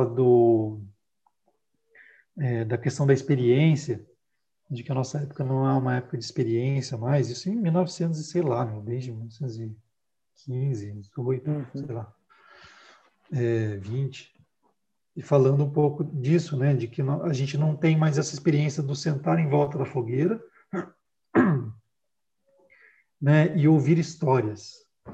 da questão da experiência, de que a nossa época não é uma época de experiência mais, isso em 1900 e sei lá, desde 1915, 18, sei lá, 20, e falando um pouco disso, né, de que a gente não tem mais essa experiência do sentar em volta da fogueira, né, e ouvir histórias.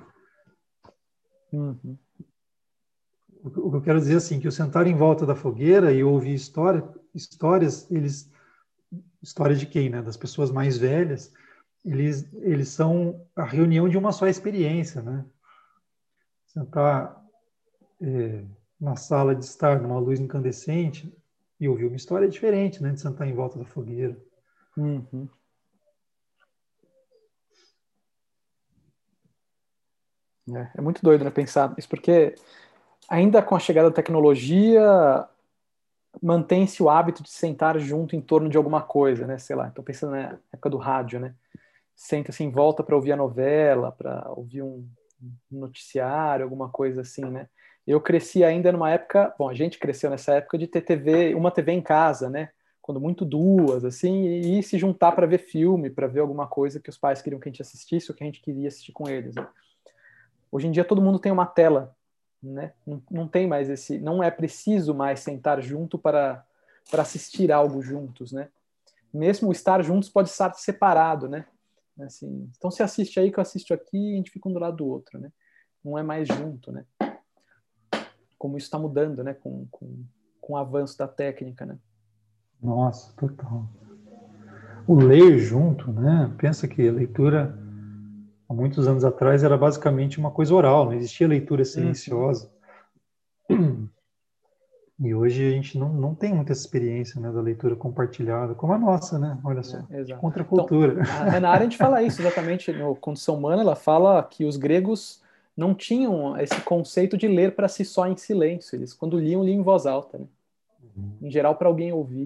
Uhum. O que eu quero dizer assim, que o sentar em volta da fogueira e ouvir histórias, histórias de quem, né, das pessoas mais velhas, eles são a reunião de uma só experiência, né? Sentar na sala de estar numa luz incandescente e ouvir uma história diferente, né, de sentar em volta da fogueira. Uhum. É muito doido, né, pensar isso, porque ainda com a chegada da tecnologia, mantém-se o hábito de sentar junto em torno de alguma coisa, né? Sei lá, estou pensando na época do rádio, né? Senta-se em volta para ouvir a novela, para ouvir um noticiário, alguma coisa assim, né? Eu cresci ainda numa época, bom, a gente cresceu nessa época de ter TV, uma TV em casa, né? Quando muito duas, assim, e se juntar para ver filme, para ver alguma coisa que os pais queriam que a gente assistisse ou que a gente queria assistir com eles, né? Hoje em dia todo mundo tem uma tela, né? Não tem mais esse, não é preciso mais sentar junto para assistir algo juntos, né? Mesmo o estar juntos pode estar separado, né? Assim, então se assiste aí que eu assisto aqui e a gente fica um do lado do outro, né? Não é mais junto, né? Como isso está mudando, né? Com o avanço da técnica, né? Nossa, total. O ler junto, né? Pensa que a leitura há muitos anos atrás era basicamente uma coisa oral, não existia leitura Uhum. silenciosa. E hoje a gente não tem muita experiência, né, da leitura compartilhada, como a nossa, né? Olha só, que Exato. Então, contracultura. a Hannah Arendt fala isso exatamente no Condição Humana, ela fala que os gregos não tinham esse conceito de ler para si só em silêncio, eles quando liam em voz alta, né? Em geral para alguém ouvir.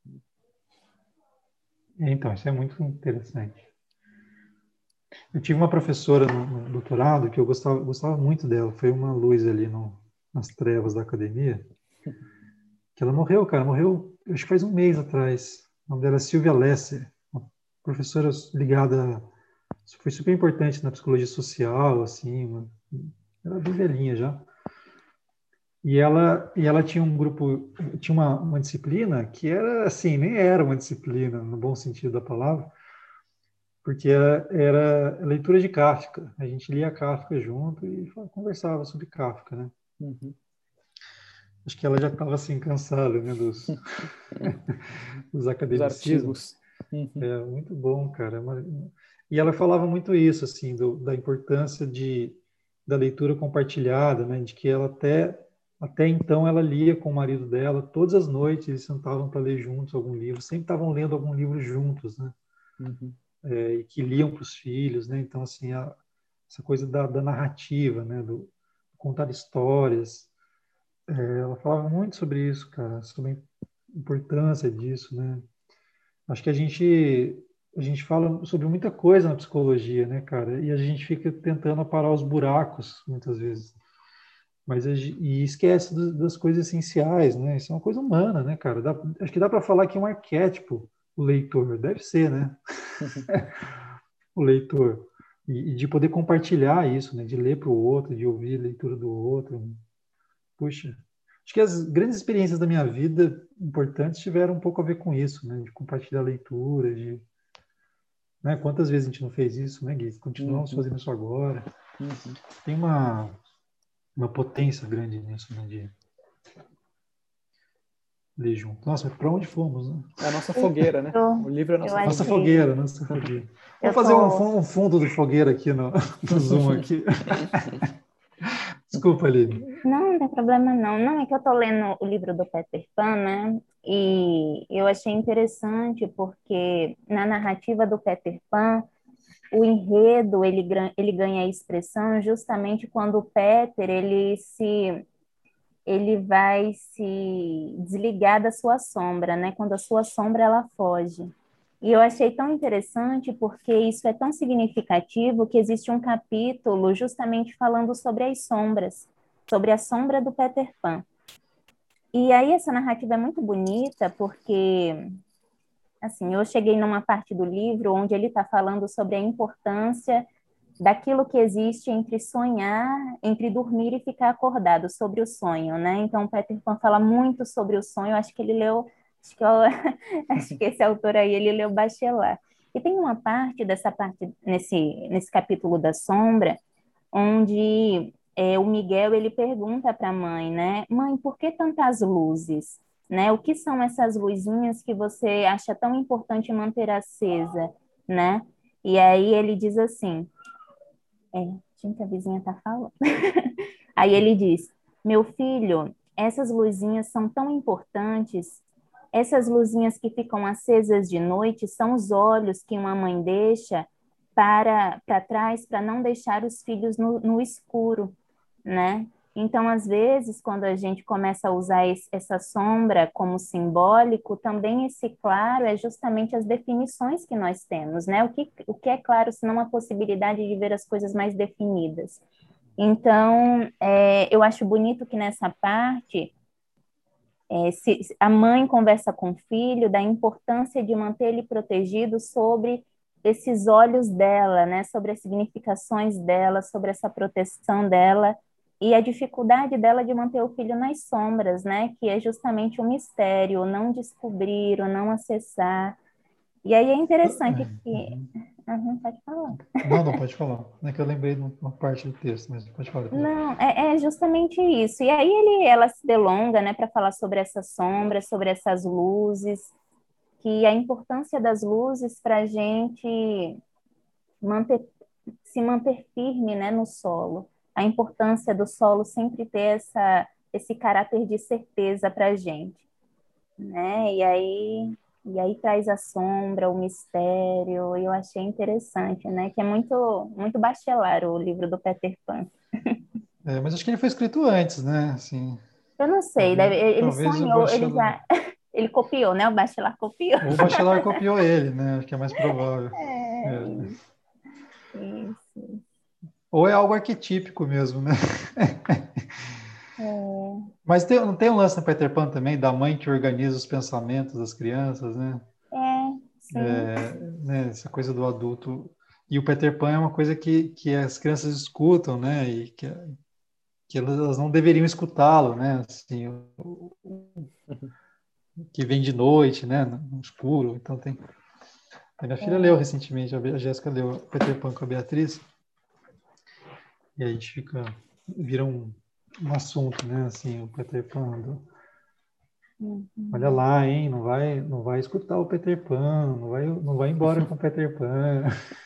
Então, isso é muito interessante. Eu tive uma professora no doutorado que eu gostava muito dela, foi uma luz ali nas trevas da academia, que ela morreu, cara, morreu, acho que faz um mês atrás. O nome dela é Silvia Lesser, uma professora ligada, foi super importante na psicologia social, assim, ela é bem velhinha já. E ela tinha um grupo, tinha uma disciplina que era assim, nem era uma disciplina no bom sentido da palavra, porque era leitura de Kafka. A gente lia Kafka junto e conversava sobre Kafka, né? Uhum. Acho que ela já estava assim cansada, né, dos Os academicismos. artigos. Uhum. É muito bom, cara. E ela falava muito isso, assim, da importância da leitura compartilhada, né? De que ela até então ela lia com o marido dela todas as noites, eles sentavam para ler juntos algum livro, sempre estavam lendo algum livro juntos, né? Uhum. E que liam para os filhos, né? Então, assim, essa coisa da narrativa, né? Do contar histórias. Ela falava muito sobre isso, cara, sobre a importância disso, né? Acho que a gente fala sobre muita coisa na psicologia, né, cara? E a gente fica tentando aparar os buracos, muitas vezes. E esquece das coisas essenciais, né? Isso é uma coisa humana, né, cara? Acho que dá para falar que é um arquétipo o leitor. Deve ser, né? O leitor. E de poder compartilhar isso, né? De ler para o outro, de ouvir a leitura do outro. Puxa, acho que as grandes experiências da minha vida importantes tiveram um pouco a ver com isso, né? De compartilhar leitura, de... Né? Quantas vezes a gente não fez isso, né, Gui? Continuamos fazendo isso agora. Tem uma potência grande nisso, né? De ler junto. Nossa, para onde fomos, né? É a nossa fogueira, né? O livro é a Nossa fogueira. Vamos fazer um fundo de fogueira aqui no Zoom aqui. Desculpa, Aline. Não tem problema não. Não, é que eu estou lendo o livro do Peter Pan, né? E eu achei interessante porque na narrativa do Peter Pan, o enredo, ele ganha expressão justamente quando o Peter, ele vai se desligar da sua sombra, né? Quando a sua sombra, ela foge. E eu achei tão interessante porque isso é tão significativo que existe um capítulo justamente falando sobre as sombras, sobre a sombra do Peter Pan. E aí essa narrativa é muito bonita porque, assim, eu cheguei numa parte do livro onde ele está falando sobre a importância daquilo que existe entre sonhar, entre dormir e ficar acordado, sobre o sonho, né? Então, Peter Pan fala muito sobre o sonho, acho que ele leu, acho que esse autor aí, ele leu Bachelard. E tem uma parte nesse capítulo da sombra, onde o Miguel, ele pergunta para a mãe, né? Mãe, por que tantas luzes? Né? O que são essas luzinhas que você acha tão importante manter acesa, né? E aí ele diz assim, gente, a vizinha tá falando. Aí ele diz, meu filho, essas luzinhas são tão importantes, essas luzinhas que ficam acesas de noite são os olhos que uma mãe deixa para trás, para não deixar os filhos no escuro, né? Então, às vezes, quando a gente começa a usar essa sombra como simbólico, também esse claro é justamente as definições que nós temos, né? O que é claro, senão a possibilidade de ver as coisas mais definidas. Então, eu acho bonito que nessa parte, a mãe conversa com o filho da importância de manter ele protegido sobre esses olhos dela, né? Sobre as significações dela, sobre essa proteção dela, e a dificuldade dela de manter o filho nas sombras, né? Que é justamente o mistério, o não descobrir, o não acessar. E aí é interessante que... pode falar. Não, pode falar. Não é que eu lembrei de uma parte do texto, mas pode falar. Não, é justamente isso. E aí ela se delonga, né, para falar sobre essas sombras, sobre essas luzes, que a importância das luzes para a gente se manter firme, né, no solo. A importância do solo sempre ter esse caráter de certeza para a gente, né? E aí traz a sombra, o mistério, e eu achei interessante, né? Que é muito, muito Bachelard, o livro do Peter Pan. Mas acho que ele foi escrito antes, né? Assim, eu não sei, ele sonhou, ele copiou, né? O Bachelard copiou. O Bachelard copiou ele, né? Acho que é mais provável. Isso. Ou é algo arquetípico mesmo, né? Mas não tem um lance no Peter Pan também, da mãe que organiza os pensamentos das crianças, né? Sim. Né? Essa coisa do adulto. E o Peter Pan é uma coisa que as crianças escutam, né? E que elas não deveriam escutá-lo, né? Assim, que vem de noite, né? No escuro. Então tem... A minha filha leu recentemente, a Jéssica leu Peter Pan com a Beatriz. E aí a gente vira um assunto, né? Assim, o Peter Pan. Olha lá, hein? Não vai escutar o Peter Pan, não vai embora com o Peter Pan.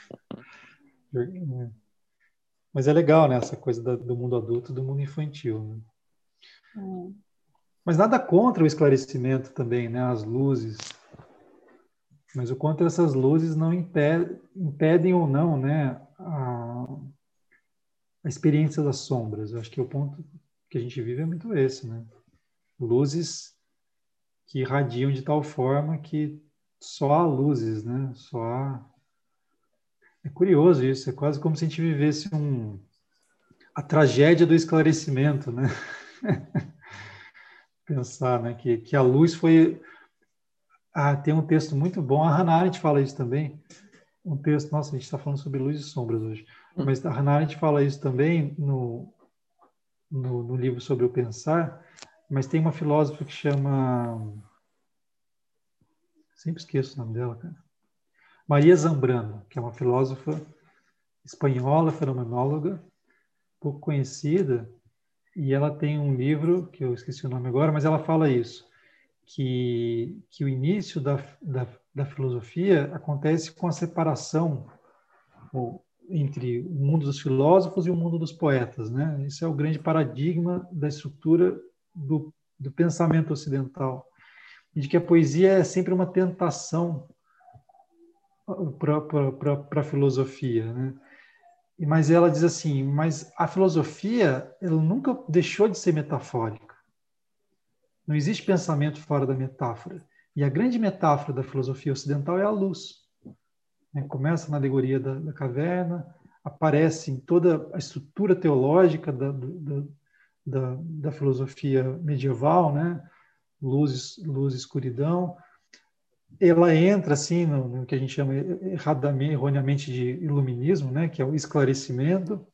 Mas é legal, né? Essa coisa do mundo adulto e do mundo infantil, né? Mas nada contra o esclarecimento também, né? As luzes. Mas o quanto essas luzes não impedem ou não, né? A experiência das sombras. Eu acho que o ponto que a gente vive é muito esse, né? Luzes que irradiam de tal forma que só há luzes, né? Só há... É curioso isso, é quase como se a gente vivesse a tragédia do esclarecimento, né? Pensar, né? Que a luz foi... tem um texto muito bom, a Hannah Arendt fala isso também, um texto, nossa, a gente está falando sobre luz e sombras hoje, mas a Hannah Arendt fala isso também no no livro sobre o pensar, mas tem uma filósofa que chama... Sempre esqueço o nome dela, cara. Maria Zambrano, que é uma filósofa espanhola, fenomenóloga, pouco conhecida, e ela tem um livro, que eu esqueci o nome agora, mas ela fala isso, que o início da filosofia acontece com a separação entre o mundo dos filósofos e o mundo dos poetas, né? Esse é o grande paradigma da estrutura do pensamento ocidental, e de que a poesia é sempre uma tentação para a filosofia, né? Mas ela diz assim, mas a filosofia ela nunca deixou de ser metafórica. Não existe pensamento fora da metáfora. E a grande metáfora da filosofia ocidental é a luz. Começa na alegoria da caverna, aparece em toda a estrutura teológica da filosofia medieval, né? Luz e escuridão. Ela entra assim no que a gente chama erroneamente de iluminismo, né? Que é o esclarecimento.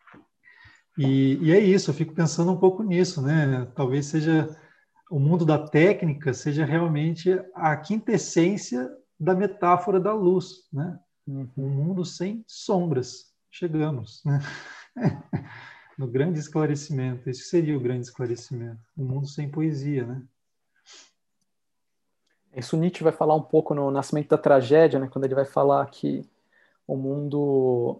E é isso, eu fico pensando um pouco nisso, né? Talvez seja o mundo da técnica seja realmente a quintessência da metáfora da luz, né? Um mundo sem sombras. Chegamos, né? No grande esclarecimento. Esse seria o grande esclarecimento. Um mundo sem poesia, né? Isso Nietzsche vai falar um pouco no Nascimento da Tragédia, né? Quando ele vai falar que o mundo...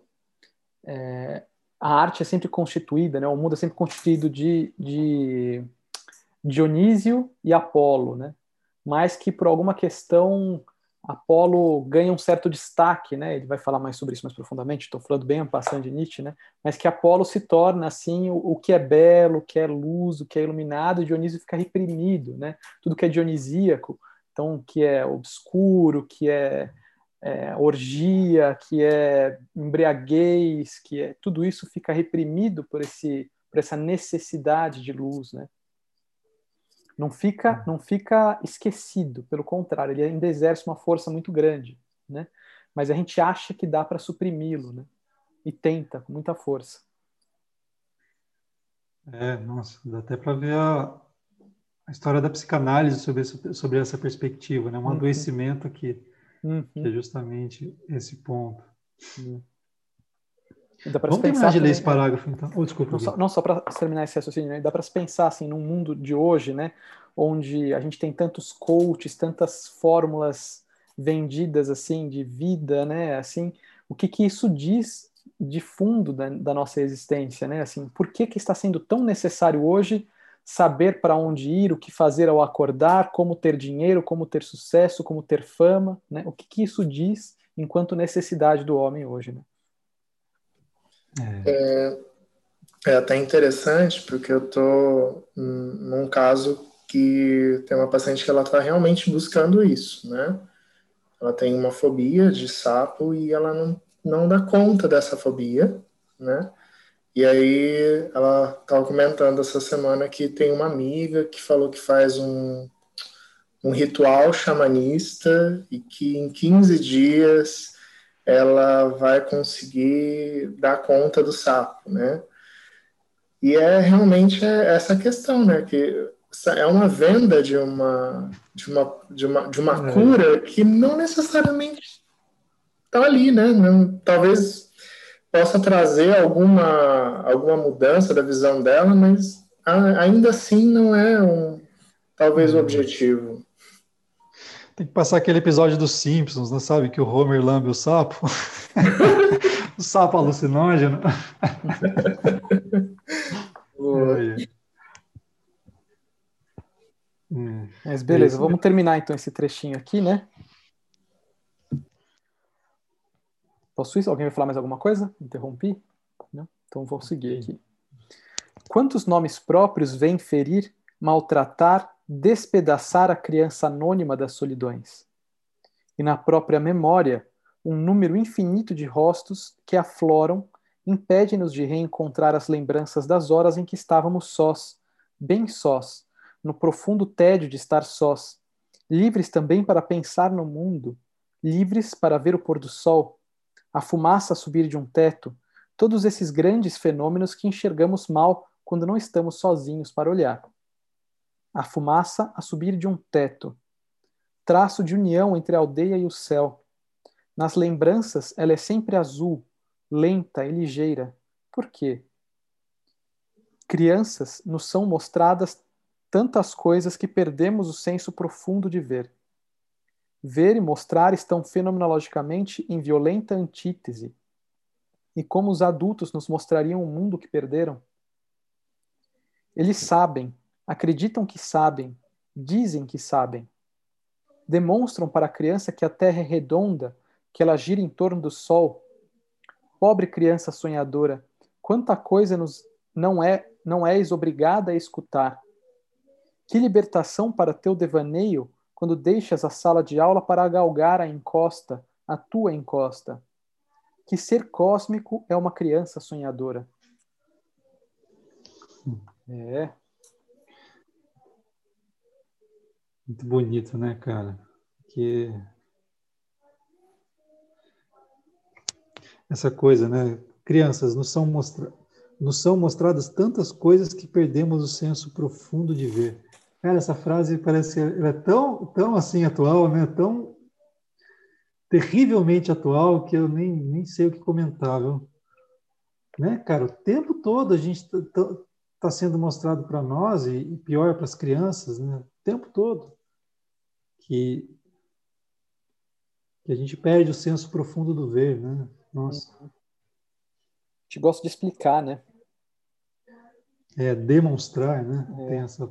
a arte é sempre constituída, né? O mundo é sempre constituído de Dionísio e Apolo, né? Mas que por alguma questão Apolo ganha um certo destaque, né? Ele vai falar mais sobre isso mais profundamente. Estou falando bem passando de Nietzsche, né? Mas que Apolo se torna assim o que é belo, o que é luz, o que é iluminado, e Dionísio fica reprimido, né? Tudo que é dionisíaco, então que é obscuro, que é orgia, que é embriaguez, que é tudo isso fica reprimido por essa necessidade de luz, né? Não fica esquecido, pelo contrário, ele ainda exerce uma força muito grande, né? Mas a gente acha que dá para suprimi-lo, né? E tenta com muita força. Nossa, dá até para ver a história da psicanálise sobre essa perspectiva, né? Um adoecimento que é justamente esse ponto. Vamos terminar de ler esse parágrafo, então. Desculpa. Não só para terminar esse raciocínio, né? Dá para se pensar assim, num mundo de hoje, né? Onde a gente tem tantos coaches, tantas fórmulas vendidas assim de vida, né? Assim, o que isso diz de fundo da nossa existência, né? Assim, por que está sendo tão necessário hoje saber para onde ir, o que fazer ao acordar, como ter dinheiro, como ter sucesso, como ter fama, né? O que isso diz enquanto necessidade do homem hoje, né? É até interessante, porque eu estou num caso que tem uma paciente que ela está realmente buscando isso, né? Ela tem uma fobia de sapo e ela não dá conta dessa fobia, né? E aí ela estava comentando essa semana que tem uma amiga que falou que faz um ritual xamanista e que em 15 dias ela vai conseguir dar conta do sapo, né? E realmente essa questão, né? Que é uma venda de uma cura que não necessariamente está ali, né? Talvez possa trazer alguma mudança da visão dela, mas ainda assim não é talvez o objetivo. Tem que passar aquele episódio dos Simpsons, não sabe? Que o Homer lambe o sapo. O sapo alucinógeno. Mas beleza, vamos terminar então esse trechinho aqui, né? Posso ir? Alguém vai falar mais alguma coisa? Interrompi? Não? Então vou seguir aqui. Quantos nomes próprios vêm ferir, maltratar, despedaçar a criança anônima das solidões? E na própria memória, um número infinito de rostos que afloram impede-nos de reencontrar as lembranças das horas em que estávamos sós, bem sós, no profundo tédio de estar sós, livres também para pensar no mundo, livres para ver o pôr do sol, a fumaça subir de um teto, todos esses grandes fenômenos que enxergamos mal quando não estamos sozinhos para olhar. A fumaça a subir de um teto, traço de união entre a aldeia e o céu. Nas lembranças, ela é sempre azul, lenta e ligeira. Por quê? Crianças nos são mostradas tantas coisas que perdemos o senso profundo de ver. Ver e mostrar estão fenomenologicamente em violenta antítese. E como os adultos nos mostrariam o mundo que perderam? Eles sabem, acreditam que sabem, dizem que sabem. Demonstram para a criança que a Terra é redonda, que ela gira em torno do Sol. Pobre criança sonhadora, quanta coisa não és obrigada a escutar. Que libertação para teu devaneio quando deixas a sala de aula para galgar a encosta, a tua encosta. Que ser cósmico é uma criança sonhadora. É. Muito bonito, né, cara? Que essa coisa, né? Crianças, nos são mostradas tantas coisas que perdemos o senso profundo de ver. Cara, essa frase parece que ela é tão assim atual, né? Tão terrivelmente atual que eu nem sei o que comentar, viu? Né, cara? O tempo todo a gente está sendo mostrado para nós e pior para as crianças, né? O tempo todo que a gente perde o senso profundo do ver, né? Nossa. Te gosto de explicar, né? Demonstrar, né? Tem essa...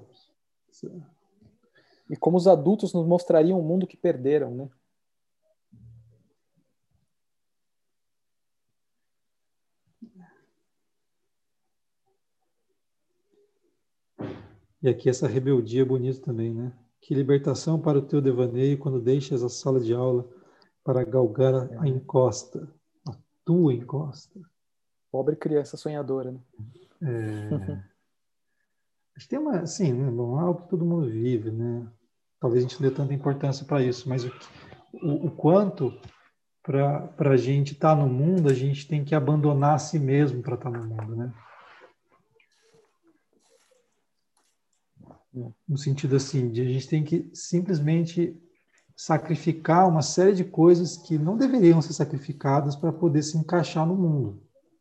E como os adultos nos mostrariam o mundo que perderam, né? E aqui essa rebeldia é bonita também, né? Que libertação para o teu devaneio quando deixas a sala de aula para galgar a encosta, a tua encosta. Pobre criança sonhadora, né? Acho que tem uma, assim, né? Bom, é algo que todo mundo vive, né? Talvez a gente não dê tanta importância para isso, mas o quanto para a gente estar no mundo, a gente tem que abandonar a si mesmo para estar no mundo, né? No sentido assim, de a gente tem que simplesmente sacrificar uma série de coisas que não deveriam ser sacrificadas para poder se encaixar no mundo.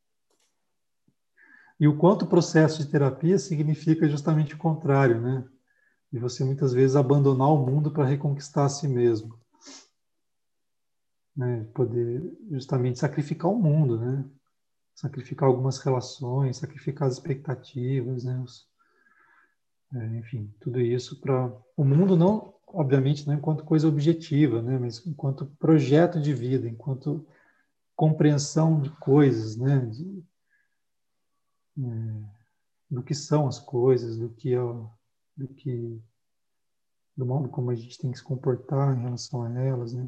E o quanto o processo de terapia significa justamente o contrário, né? De você muitas vezes abandonar o mundo para reconquistar a si mesmo. Né? Poder justamente sacrificar o mundo, né? Sacrificar algumas relações, sacrificar as expectativas, né? Enfim, tudo isso para o mundo não, obviamente, não enquanto coisa objetiva, né? Mas enquanto projeto de vida, enquanto compreensão de coisas, né? Do que são as coisas, do modo como a gente tem que se comportar em relação a elas, né?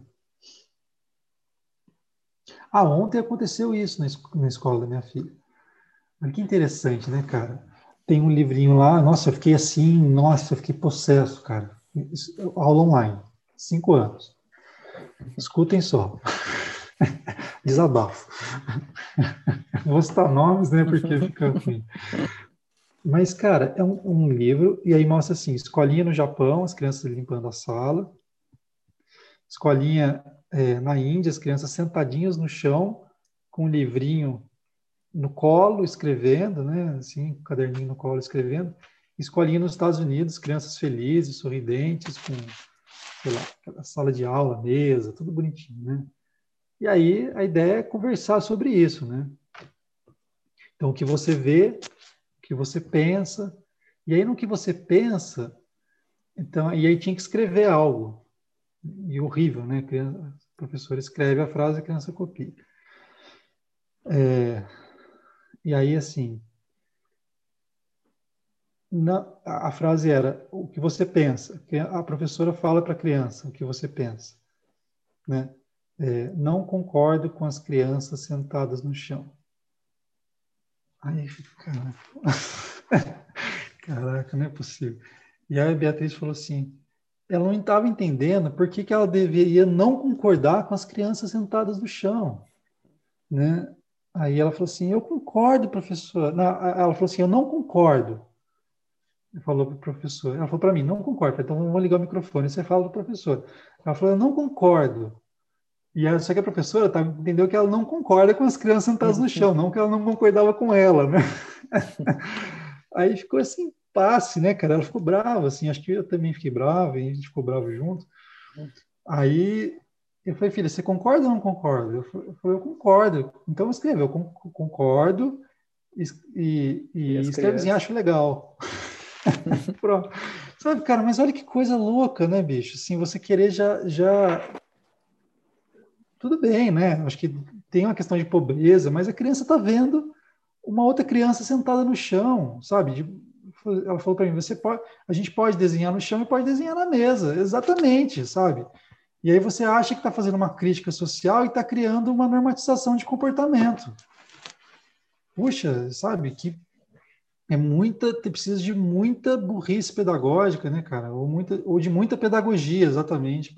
Ontem aconteceu isso na escola da minha filha. Olha que interessante, né, cara? Tem um livrinho lá, eu fiquei possesso, cara. Aula online, 5 anos. Escutem só. Desabafo. Não vou citar nomes, né, porque fica ruim. Mas, cara, é um livro, e aí mostra assim, escolinha no Japão, as crianças limpando a sala. Escolinha na Índia, as crianças sentadinhas no chão, com um livrinho no colo, escrevendo, né? Assim, um caderninho no colo, escrevendo. Escolinha nos Estados Unidos, crianças felizes, sorridentes, com, sei lá, aquela sala de aula, mesa, tudo bonitinho, né? E aí a ideia é conversar sobre isso, né? Então, o que você vê, o que você pensa, e aí no que você pensa, então, e aí tinha que escrever algo. E horrível, né? O professor escreve a frase, a criança copia. E aí, assim, a frase era o que você pensa. A professora fala para a criança o que você pensa. Né? Não concordo com as crianças sentadas no chão. Aí, caraca, não é possível. E aí a Beatriz falou assim, ela não estava entendendo por que ela deveria não concordar com as crianças sentadas no chão. Né? Aí ela falou assim, eu concordo, professor. Não, ela falou assim, eu não concordo. Falou para o professor. Ela falou para mim, não concordo. Eu falei, então vamos ligar o microfone. Você fala para o professor. Ela falou, eu não concordo. Só que a professora entendeu que ela não concorda com as crianças sentadas no chão, não que ela não concordava com ela, né? Aí ficou assim, passe, né, cara? Ela ficou brava, assim, acho que eu também fiquei bravo, e a gente ficou bravo junto. Aí eu falei, filha, você concorda ou não concorda? Eu falei, eu concordo. Então escreve, eu concordo e as escreve assim, crianças? acho legal. Pronto. Sabe, cara, mas olha que coisa louca, né, bicho? Assim, você querer já... Tudo bem, né? Acho que tem uma questão de pobreza, mas a criança está vendo uma outra criança sentada no chão, sabe? Ela falou para mim, a gente pode desenhar no chão e pode desenhar na mesa, exatamente, sabe? E aí você acha que está fazendo uma crítica social e está criando uma normatização de comportamento. Puxa, sabe? Que precisa de muita burrice pedagógica, né, cara? Ou de muita pedagogia, exatamente,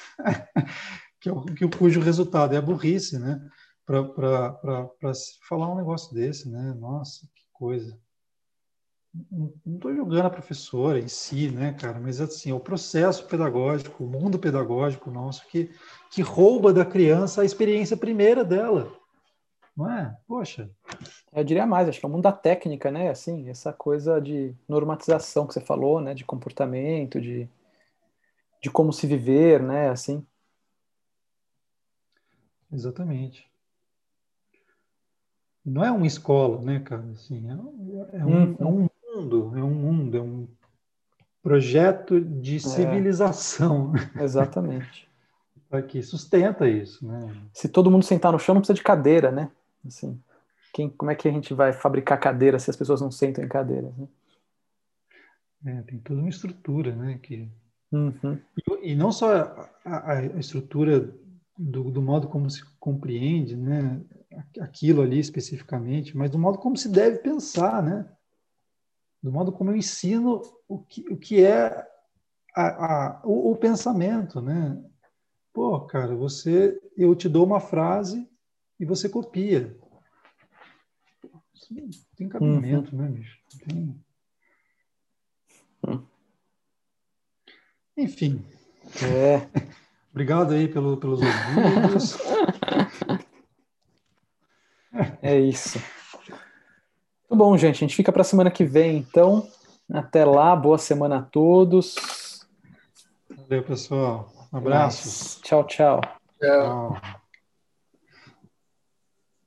cujo resultado é a burrice, né? Para falar um negócio desse, né? Nossa, que coisa. Não estou julgando a professora em si, né, cara? Mas assim, o processo pedagógico, o mundo pedagógico nosso que rouba da criança a experiência primeira dela, não é? Poxa. Eu diria mais, acho que é o mundo da técnica, né? Assim, essa coisa de normatização que você falou, né? De comportamento, de como se viver, né? Assim. Exatamente. Não é uma escola, né, cara? Assim, é um mundo, é um projeto de civilização Exatamente. que sustenta isso, né? Se todo mundo sentar no chão, não precisa de cadeira, né? Assim, como é que a gente vai fabricar cadeira se as pessoas não sentam em cadeiras, né? Tem toda uma estrutura, né? Uhum. E não só a estrutura do modo como se compreende, né? Aquilo ali especificamente, mas do modo como se deve pensar, né? Do modo como eu ensino o que é o pensamento, né? Pô, cara, eu te dou uma frase e você copia. Isso não tem cabimento, né, bicho? Tem... Enfim. Obrigado aí pelos ouvidos. É isso. Muito bom, gente. A gente fica para a semana que vem, então. Até lá, boa semana a todos. Valeu, pessoal. Um abraço. Tchau, tchau. É. Tchau.